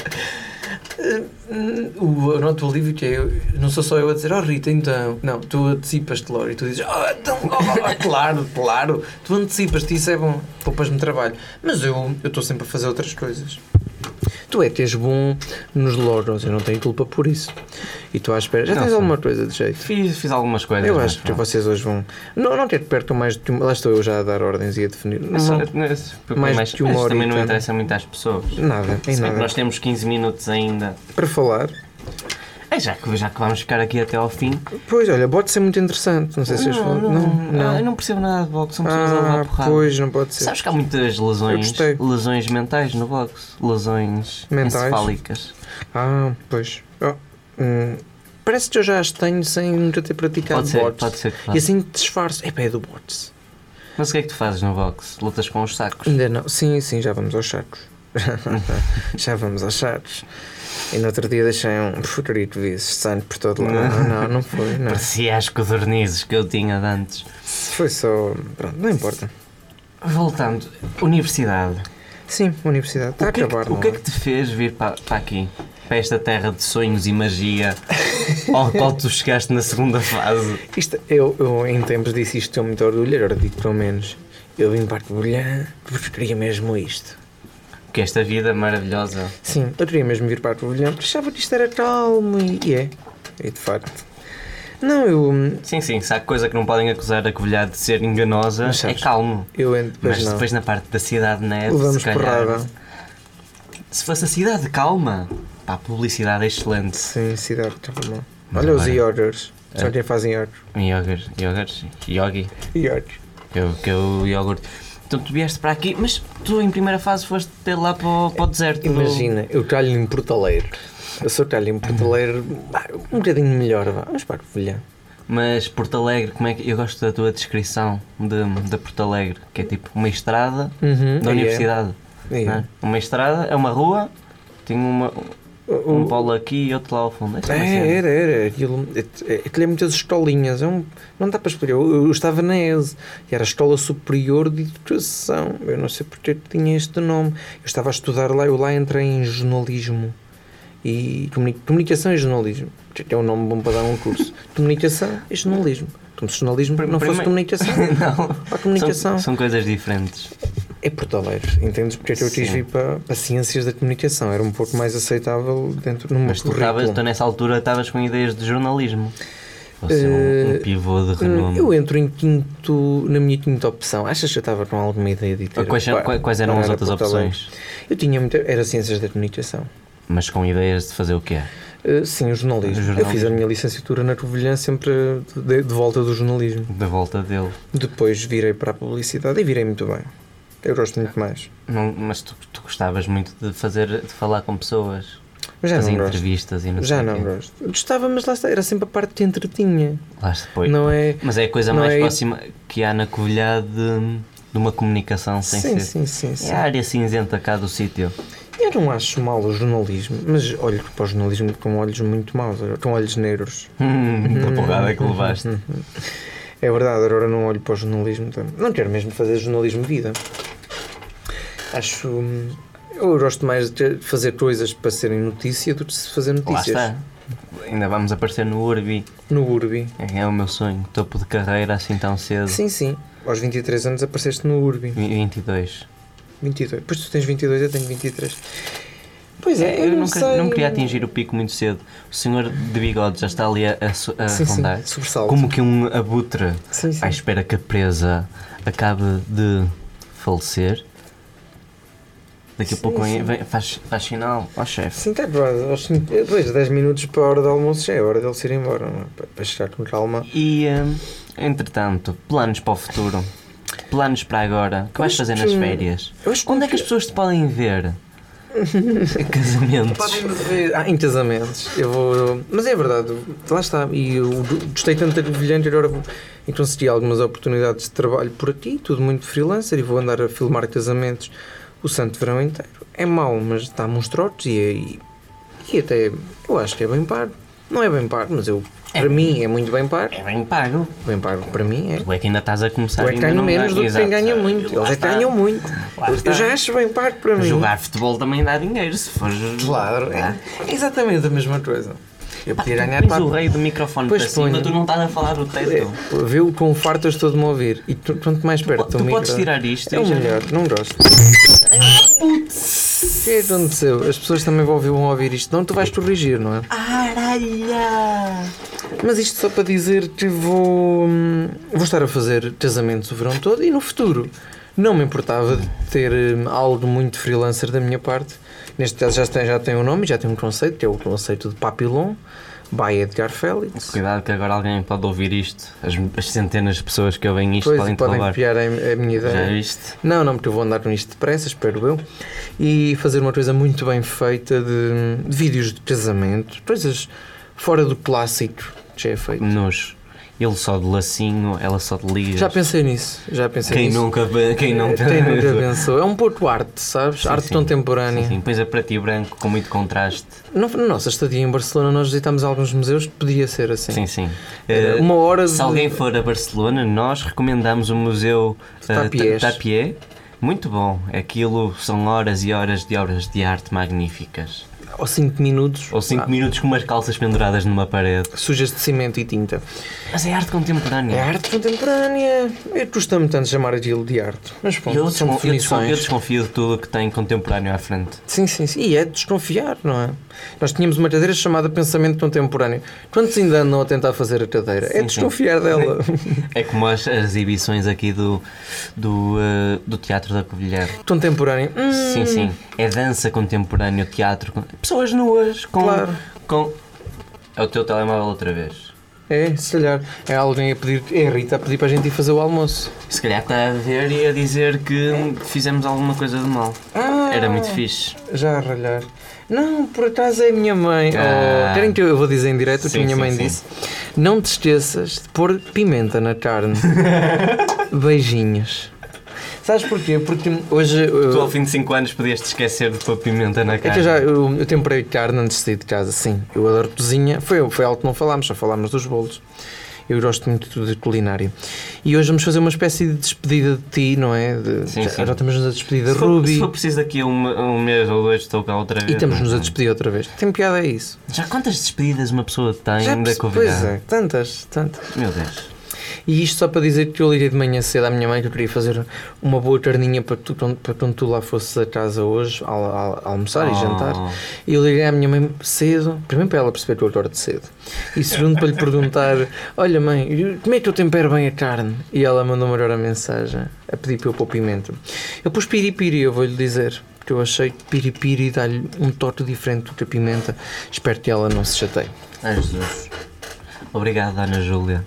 O noto alívio que é, eu, não sou só eu a dizer: oh Rita, então. Não, tu antecipas-te logo e tu dizes: oh, então, oh, claro, claro. Tu antecipas-te, isso é bom, poupas-me trabalho. Mas eu eu estou sempre a fazer outras coisas. Tu é que és bom nos logros, eu não tenho culpa por isso. E tu à espera. Já Não tens sei. alguma coisa de jeito? Fiz, fiz algumas coisas. Eu mas acho que pronto. vocês hoje vão. Não, não quero que percam mais do que uma. Lá estou eu já a dar ordens e a definir. Não, Mas, não, mas, mais mais, que uma mas também não horita. interessa muito às pessoas. nada, em Se bem que nada. nós temos quinze minutos ainda. Para falar. É, já, que, já que vamos ficar aqui até ao fim. Pois, olha, pode ser muito interessante. Não sei se és não, falado. não, Não, não. Ah, eu não percebo nada de boxe, são pessoas a levar Ah, porrada. pois, não pode ser. Sabes que há muitas Eu lesões, gostei. lesões mentais no boxe, lesões Mentais? encefálicas. Ah, pois. Oh, hum, parece que eu já as tenho sem nunca ter praticado Pode ser, boxe. pode ser que E faça. assim disfarço. É pé do boxe. Mas o que é que tu fazes no boxe? Lutas com os sacos? Ainda não. Sim, sim, já vamos aos sacos. já vamos aos sacos. E no outro dia deixei um frutorito vice, sangue por todo lado. Não, não, não foi. Não. Parecia as codornizes que eu tinha de antes. Foi só. Pronto, não importa. Voltando, universidade. Sim, universidade. Está a O que, é acabar, que, o não que é é? que te fez vir para, para aqui? Para esta terra de sonhos e magia ao qual tu chegaste na segunda fase? Isto, eu, eu em tempos disse isto com muito orgulho, agora digo pelo menos. Eu vim para a Covilhã porque queria mesmo isto. Que esta vida maravilhosa. Sim, eu queria mesmo vir para a Covilhã porque achava que isto era calmo e, e é. E de facto. Não, eu. Sim, sim, se há coisa que não podem acusar a Covilhã de ser enganosa, Mas é sabes, calmo. Eu entro depois Mas não. depois na parte da cidade neve, Levamos se calhar... porrada. Se fosse a cidade calma, pá, a publicidade é excelente. Sim, cidade, estava mal. Mas Olha os agora- iogurts. É. Só quem fazem iogurts. Iogurte, iogurte, yogi, Iogurts. que é o- que é o iogurte. Então tu vieste para aqui, mas tu em primeira fase foste ter lá para o, para o deserto. do- Imagina, eu talho em Portaleiro. Eu sou talho em Portaleiro, bah, um bocadinho melhor, vá. Vamos para a Covilhã. Mas Porto Alegre, como é que... Eu gosto da tua descrição de, de Porto Alegre, que é tipo uma estrada Uhum, da é. universidade. É. Não é? Uma estrada, é uma rua, tem uma, O- um o- polo aqui e outro lá ao fundo. É só uma É, cena. era, era. Aquilo, é- é- aquilo é muitas escolinhas. É um, não dá para explicar. Eu, eu estava na E S e era a Escola Superior de Educação. Eu não sei porque tinha este nome. Eu estava a estudar lá. Eu lá entrei em jornalismo e comuni- comunicação e jornalismo. É um nome bom para dar um curso. Comunicação e jornalismo. Como se jornalismo não fosse Primeiro- comunicação. Não, A comunicação. são, são coisas diferentes. É Porto Alegre, entendes? Porque é que eu quis Sim. vir para, para Ciências da Comunicação. Era um pouco mais aceitável dentro no meu Mas tu, currículo. estavas, tu nessa altura estavas com ideias de jornalismo. Você é um, um Eh, pivô de renome. Eu entro em quinto, na minha quinta opção. Achas que eu estava com alguma ideia de ter? Quais, pá, quais, quais eram parar as a outras Porto Alegre? opções? Eu tinha muita. Era Ciências da Comunicação. Mas com ideias de fazer o quê? Uh, sim, o jornalismo. O jornalismo. Eu fiz a minha licenciatura na Covilhã sempre de, de volta do jornalismo. Da volta dele. Depois virei para a publicidade e virei muito bem. Eu gosto muito mais. Não, mas tu, tu gostavas muito de fazer, de falar com pessoas, Mas já fazer não gosto. entrevistas e não Já sei o não quê. gosto. Gostava, mas lá está. Era sempre a parte que entretinha. Lá se foi. Não é. Mas é a coisa não mais é- próxima que há na Covilhã de, de uma comunicação sem Sim, ser. sim, sim, sim. É a área cinzenta cá do sítio. Eu não acho mal o jornalismo, mas olho para o jornalismo com olhos muito maus, com olhos negros. Hum, da porrada que levaste. É verdade, agora não olho para o jornalismo. Também. Não quero mesmo fazer jornalismo de vida. Acho. Eu gosto mais de fazer coisas para serem notícia do que de fazer Lá notícias. está. Ainda vamos aparecer no Urbi. No Urbi. É o meu sonho. Topo de carreira assim tão cedo. Sim, sim. Aos vinte e três anos apareceste no Urbi. vinte e dois. vinte e dois. Pois tu tens vinte e dois, eu tenho vinte e três. Pois é, eu, eu não, nunca, sei. não queria atingir o pico muito cedo. O senhor de bigode já está ali a, a, a sim, afundar. Sim, sobressalto. Como que um abutre sim, sim. à espera que a presa acabe de falecer. Daqui a sim, pouco sim. Vem, faz, faz sinal ao chefe. Sim, está verdade. Depois, dez minutos para a hora do almoço já é hora dele se ir embora, não é? para, para chegar com calma. E, hum, entretanto, planos para o futuro. Planos para agora. O que vais fazer nas férias? Onde é que as pessoas te podem ver? Casamentos. Podem ver. Ah, em casamentos. Eu vou. Mas é verdade, lá está. E eu gostei tanto da Vilhante, agora vou. Então consegui algumas oportunidades de trabalho por aqui, tudo muito freelancer, e vou andar a filmar casamentos o santo verão inteiro. É mau, mas dá-me uns trotes e, e, e até eu acho que é bem pago. Não é bem pago, mas eu, é para bem, mim é muito bem pago. É bem pago. Bem pago para mim é. Tu é que ainda estás a começar. Tu é que ganho menos do que quem ganha muito. Eles é que ganham muito. Eu já acho bem pago para mim. Jogar futebol também dá dinheiro, se fores. Claro, é, é exatamente a mesma coisa. Eu podia ah, ganhar para... o rei do microfone pois para cima, ponho. Tu não estás a falar o teto. É, viu com farto eu estou de me ouvir. E tu, quanto mais perto tu, do tu micro... podes tirar isto. É o melhor, não gosto. Putz! O que é que aconteceu? As pessoas também vão ouvir, vão ouvir isto. Não, tu vais corrigir, não é? Aralha! Mas isto só para dizer que vou, hum, vou estar a fazer casamentos o verão todo e no futuro. Não me importava de ter hum, algo muito freelancer da minha parte. Neste caso já tem, já tem um nome, já tem um conceito, que é o conceito de Papillon, by Edgar Félix. Cuidado que agora alguém pode ouvir isto. As, as centenas de pessoas que ouvem isto pois, podem te podem roubar. copiar a, a minha ideia. Já viste? Não, não, porque eu vou andar com isto depressa, espero eu. E fazer uma coisa muito bem feita de, de vídeos de casamento, coisas fora do clássico que já é feito. Nos. Ele só de lacinho, ela só de ligas. Já pensei nisso, já pensei Quem nisso. nunca, quem nunca, Quem nunca pensou? É um pouco arte, sabes? Sim, arte sim. contemporânea. Sim, sim. Pões a preto e branco com muito contraste. No, na nossa estadia em Barcelona nós visitámos alguns museus que podia ser assim. Sim, sim. Era Uh, uma hora se de... alguém for a Barcelona, nós recomendamos o Museu uh, Tapiés. Tapié. Muito bom. Aquilo são horas e horas de obras de arte magníficas. Ou cinco minutos. Ou cinco ah, minutos com umas calças penduradas numa parede. sujas de cimento e tinta. Mas é arte contemporânea. É arte contemporânea. Eu costumo tanto chamar aquilo de arte. Mas pronto, Eu, são desconfio, eu, desconfio, eu definições. desconfio de tudo que tem contemporâneo à frente. Sim, sim, sim. E é de desconfiar, não é? Nós tínhamos uma cadeira chamada Pensamento Contemporâneo. Quantos ainda andam a tentar fazer a cadeira? Sim, é de desconfiar sim. dela. É como as, as exibições aqui do, do, uh, do Teatro da Covilhã. Contemporâneo. Hum, Sim, sim. É dança contemporânea, teatro. Pessoas nuas com. Claro. com... É o teu telemóvel outra vez. É, se calhar. É alguém a pedir. É a Rita a pedir para a gente ir fazer o almoço. Se calhar está a ver e a dizer que fizemos alguma coisa de mal. Ah, Era muito fixe. Já a ralhar. Não, por acaso é a minha mãe. Ah. Oh, querem que eu vou dizer em direto o que Sim, a minha sim, mãe sim. disse? Não te esqueças de pôr pimenta na carne. Beijinhos. Sabes porquê? Porque hoje. Tu Eu, ao fim de cinco anos podias te esquecer de pôr pimenta na é que cara. eu já eu, eu temperei carne antes de sair de casa, sim. Eu adoro cozinha. Foi, foi algo que não falámos, só falámos dos bolos. Eu gosto muito de culinária. E hoje vamos fazer uma espécie de despedida de ti, não é? De, Sim, já, sim. já estamos-nos a despedir da Se for, Ruby. se for preciso daqui a um, um mês ou dois estou cá outra vez. E estamos-nos não a é? despedir outra vez. Tem piada é isso. Já quantas despedidas uma pessoa tem Já da perce- convidada? Pois é, tantas, tantas. Meu Deus. E isto só para dizer que eu liguei de manhã cedo à minha mãe que eu queria fazer uma boa carninha para, tu, para quando tu lá fosses a casa hoje a, a, a almoçar Oh. e jantar. E eu liguei à minha mãe cedo, primeiro para ela perceber que eu acordo cedo. E segundo para lhe perguntar: olha mãe, como é que eu tempero bem a carne? E ela mandou-me agora a mensagem a pedir para eu pôr pimenta. Eu pus piripiri, eu vou-lhe dizer. Porque eu achei que piripiri dá-lhe um toque diferente do que a pimenta. Espero que ela não se chateie. Ai Jesus. Obrigado, Ana Júlia.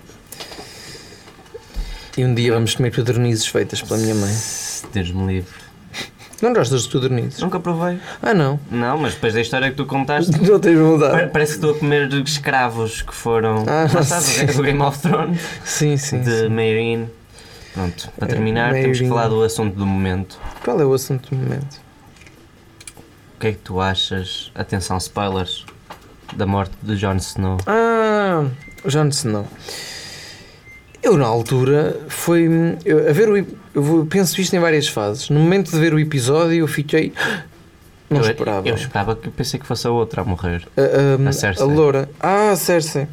E um dia vamos comer codornizes feitas pela minha mãe. Deus-me livre. Não gostas de codornizes? Nunca provei. Ah, não. Não, mas depois da história que tu contaste, Não tens pa- mudado. parece que estou a comer escravos que foram. Ah, Lá está, sim. do Game of Thrones, Sim, sim. de sim. Meereen. Pronto, para terminar, É, temos que Meereen. falar do assunto do momento. Qual é o assunto do momento? O que é que tu achas? Atenção, spoilers. Da morte de Jon Snow. Ah, o Jon Snow. Eu, na altura, foi. Eu, a ver o, ep- eu vou- penso isto em várias fases. No momento de ver o episódio, eu fiquei. Não eu, esperava. Eu esperava que eu pensei que fosse a outra a morrer. A, a, A Cersei. a Loura. Ah, a Cersei.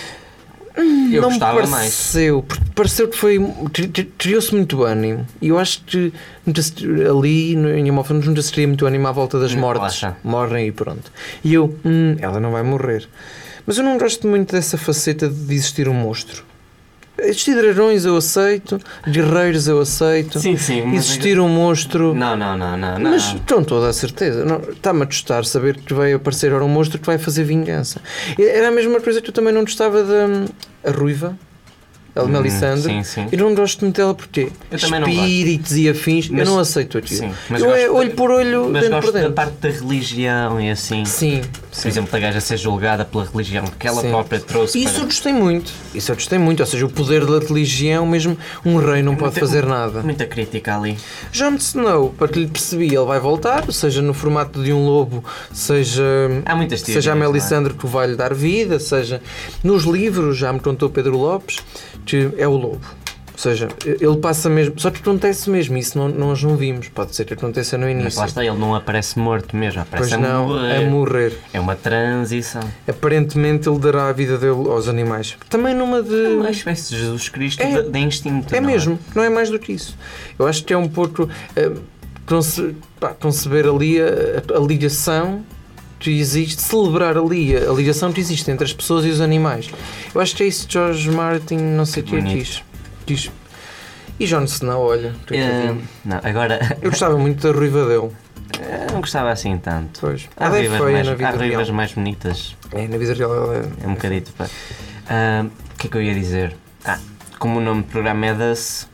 Eu não gostava me mais. pareceu, porque pareceu que foi. Criou-se muito ânimo. E eu acho que nunca se- ali no- em Game of Thrones nunca se cria muito ânimo à volta das Hum, lá mortes. está. Morrem e pronto. E eu, hum, ela não vai morrer. Mas eu não gosto muito dessa faceta de existir um monstro. Existir dragões eu aceito, guerreiros eu aceito. Sim, sim. mas- Existir um monstro. Não, não, não, não. não. Mas com toda a certeza, não- está-me a tostar saber que vai aparecer agora um monstro que vai fazer vingança. Era a mesma coisa que eu também não gostava da a Ruiva, a Hum, Melisandre. Sim, sim. Eu não gosto muito dela porque Eu também não gosto. espíritos e afins, Mas- eu não aceito aquilo. Sim, mas eu é gosto- olho por olho, Mas dentro gosto por da dentro. parte da religião e assim. Sim, Por sim. exemplo, da gaja ser julgada pela religião que ela Sim. própria trouxe. Isso eu para... gostei muito. Isso eu gostei muito. Ou seja, o poder da religião, mesmo um rei não pode Muita- fazer nada. Muita crítica ali. Jon Snow, para que lhe percebi, ele vai voltar, seja no formato de um lobo, seja, Há muitas teorias, seja a não é? Melisandre que o vai lhe dar vida, seja nos livros, já me contou Pedro Lopes, que é o lobo. Ou seja, ele passa mesmo. Só que acontece mesmo, isso não, nós não vimos. Pode ser que aconteça no Mas início. lá está, ele não aparece morto mesmo, aparece Pois a não, morrer. a morrer. É uma transição. Aparentemente ele dará a vida dele aos animais. Também numa de. É uma espécie de Jesus Cristo É. de, de instinto. É não mesmo, não é mais do que isso. Eu acho que é um pouco eh, conce- pá, conceber ali a, a ligação que existe, celebrar ali a, a ligação que existe entre as pessoas e os animais. Eu acho que é isso que George Martin, não sei o que é, Bonito. quis. quis. E Jon Snow, olha, tu é que Eh, havia. não, agora Eu gostava muito da ruiva dele. eu não gostava assim tanto. Pois. Há Ela é ruivas feia mais, na há vida ruivas real. mais bonitas. É, na vida real ela É um bocadito. pá. Ah, O que é que eu ia dizer? Ah, como o nome do programa é Dance,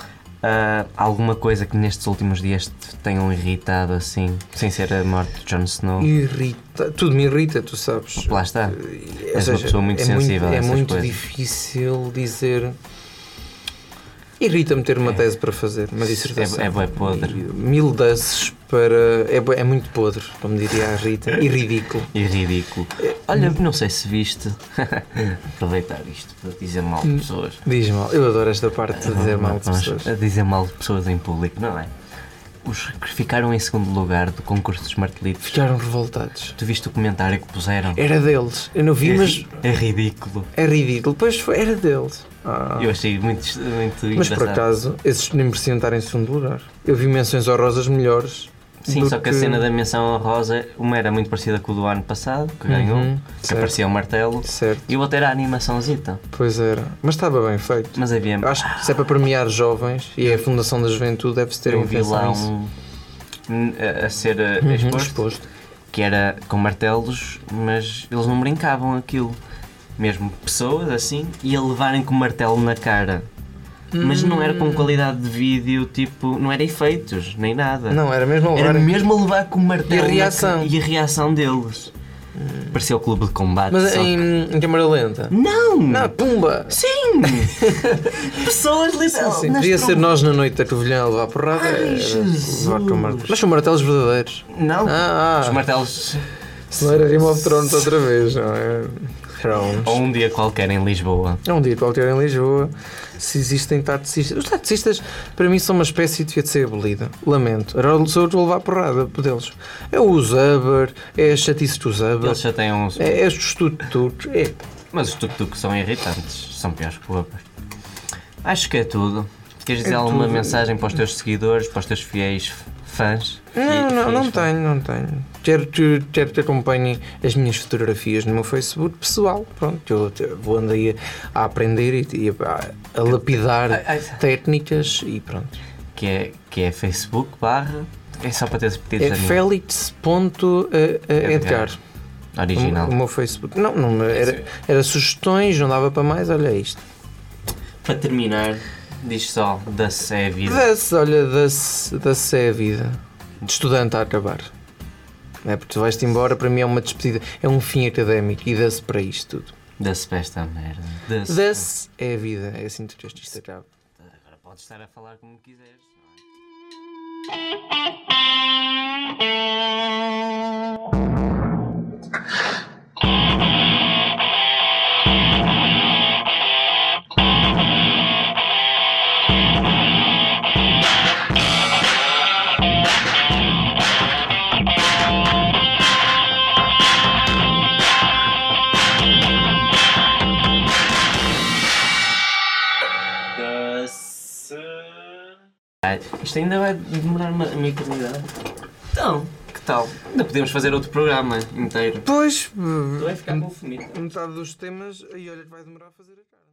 ah, alguma coisa que nestes últimos dias te tenham irritado assim, sem ser a morte de Jon Snow? irrita. Tudo me irrita, tu sabes. Lá está. Ou És uma pessoa muito é sensível a muito, é essas muito coisas. difícil dizer. Irrita-me ter uma tese para fazer, uma dissertação. É- é bué podre. E Mil desses para. É, bué- é muito podre, como diria a Rita, e ridículo. E ridículo. Olha, não sei se viste. Aproveitar isto para dizer mal de pessoas. Diz mal, eu adoro esta parte de dizer mal de Vamos pessoas. A dizer mal de pessoas em público, não é? Os que ficaram em segundo lugar do concurso dos martelitos. Ficaram revoltados. Tu viste o comentário que puseram? Era deles, eu não vi, É mas ri- é ridículo. é ridículo. Pois foi, era deles. Ah. Eu achei muito, muito Mas por engraçado. acaso, esses nem mereciam estar em segundo lugar. Eu vi menções honrosas melhores. Sim, do só que a cena da menção honrosa, uma era muito parecida com o do ano passado, que ganhou, Uhum, que certo. aparecia o martelo, Certo, e o outro era a animaçãozita. pois era. Mas estava bem feito. Mas havia. Eu acho que se é para premiar jovens e é a Fundação da Juventude, deve-se ter eu em vi lá atenção isso. um a, a ser uh, Uhum, exposto, exposto. que era com martelos, mas eles não brincavam aquilo. Mesmo pessoas assim, e a levarem com o martelo na cara. Mas não era com qualidade de vídeo, tipo, não era efeitos, nem nada. Não, era mesmo a Era levarem- mesmo a levar com o martelo E a na reação. ca- e a reação deles. Parecia o clube de combate. Mas só que- em, em câmara lenta? Não! Não, pumba! Sim! Pessoas literalmente. Sim, devia ser nós na noite da Covilhã a levar porrada. Ai, era Jesus. levar com martelo. Mas são martelos verdadeiros. Não! Ah, Os ah. martelos. Se não era Game of Thrones outra vez, não é? Thrones. Ou um dia qualquer em Lisboa. É um dia qualquer em Lisboa, se existem taxistas. Os taxistas, para mim, são uma espécie que devia de ser abolida. Lamento. Agora sou eu que vou levar porrada deles. É o Uber, é a chatice do Uber, Eles já têm uns. é estes tudo-tudo. É. Mas os tuk-tuk são irritantes. São piores que o Uber. Acho que é tudo. Queres dizer É alguma tudo. mensagem para os teus seguidores, para os teus fiéis f- fãs? Não, Fi- não, fiéis não fãs? tenho, não tenho. Quero que, quero que acompanhem as minhas fotografias no meu Facebook pessoal. Pronto, eu te- vou andar aí a aprender e, e a, a lapidar Ai, ai. técnicas e pronto. Que é, que é Facebook barra. É só para teres pedidos É a mim. Felix ponto Edgar. Original. O, o meu Facebook. Não, não era, era sugestões, não dava para mais, olha isto. Para terminar, diz só da-se é a vida. Dá-se, olha, dá-se dá-se é a vida. De estudante a acabar. Não é porque tu vais-te embora, para mim é uma despedida, é um fim académico e dá-se para isto tudo. Da-se para esta merda. Da-se. Dá-se é a vida, é assim que isto acaba. Agora podes estar a falar como quiseres. não é? Isto ainda vai demorar uma, uma eternidade. Então, Que tal? Ainda podemos fazer outro programa inteiro. pois, Tu vai ficar com fome. metade dos temas, aí olha que vai demorar a fazer a cara.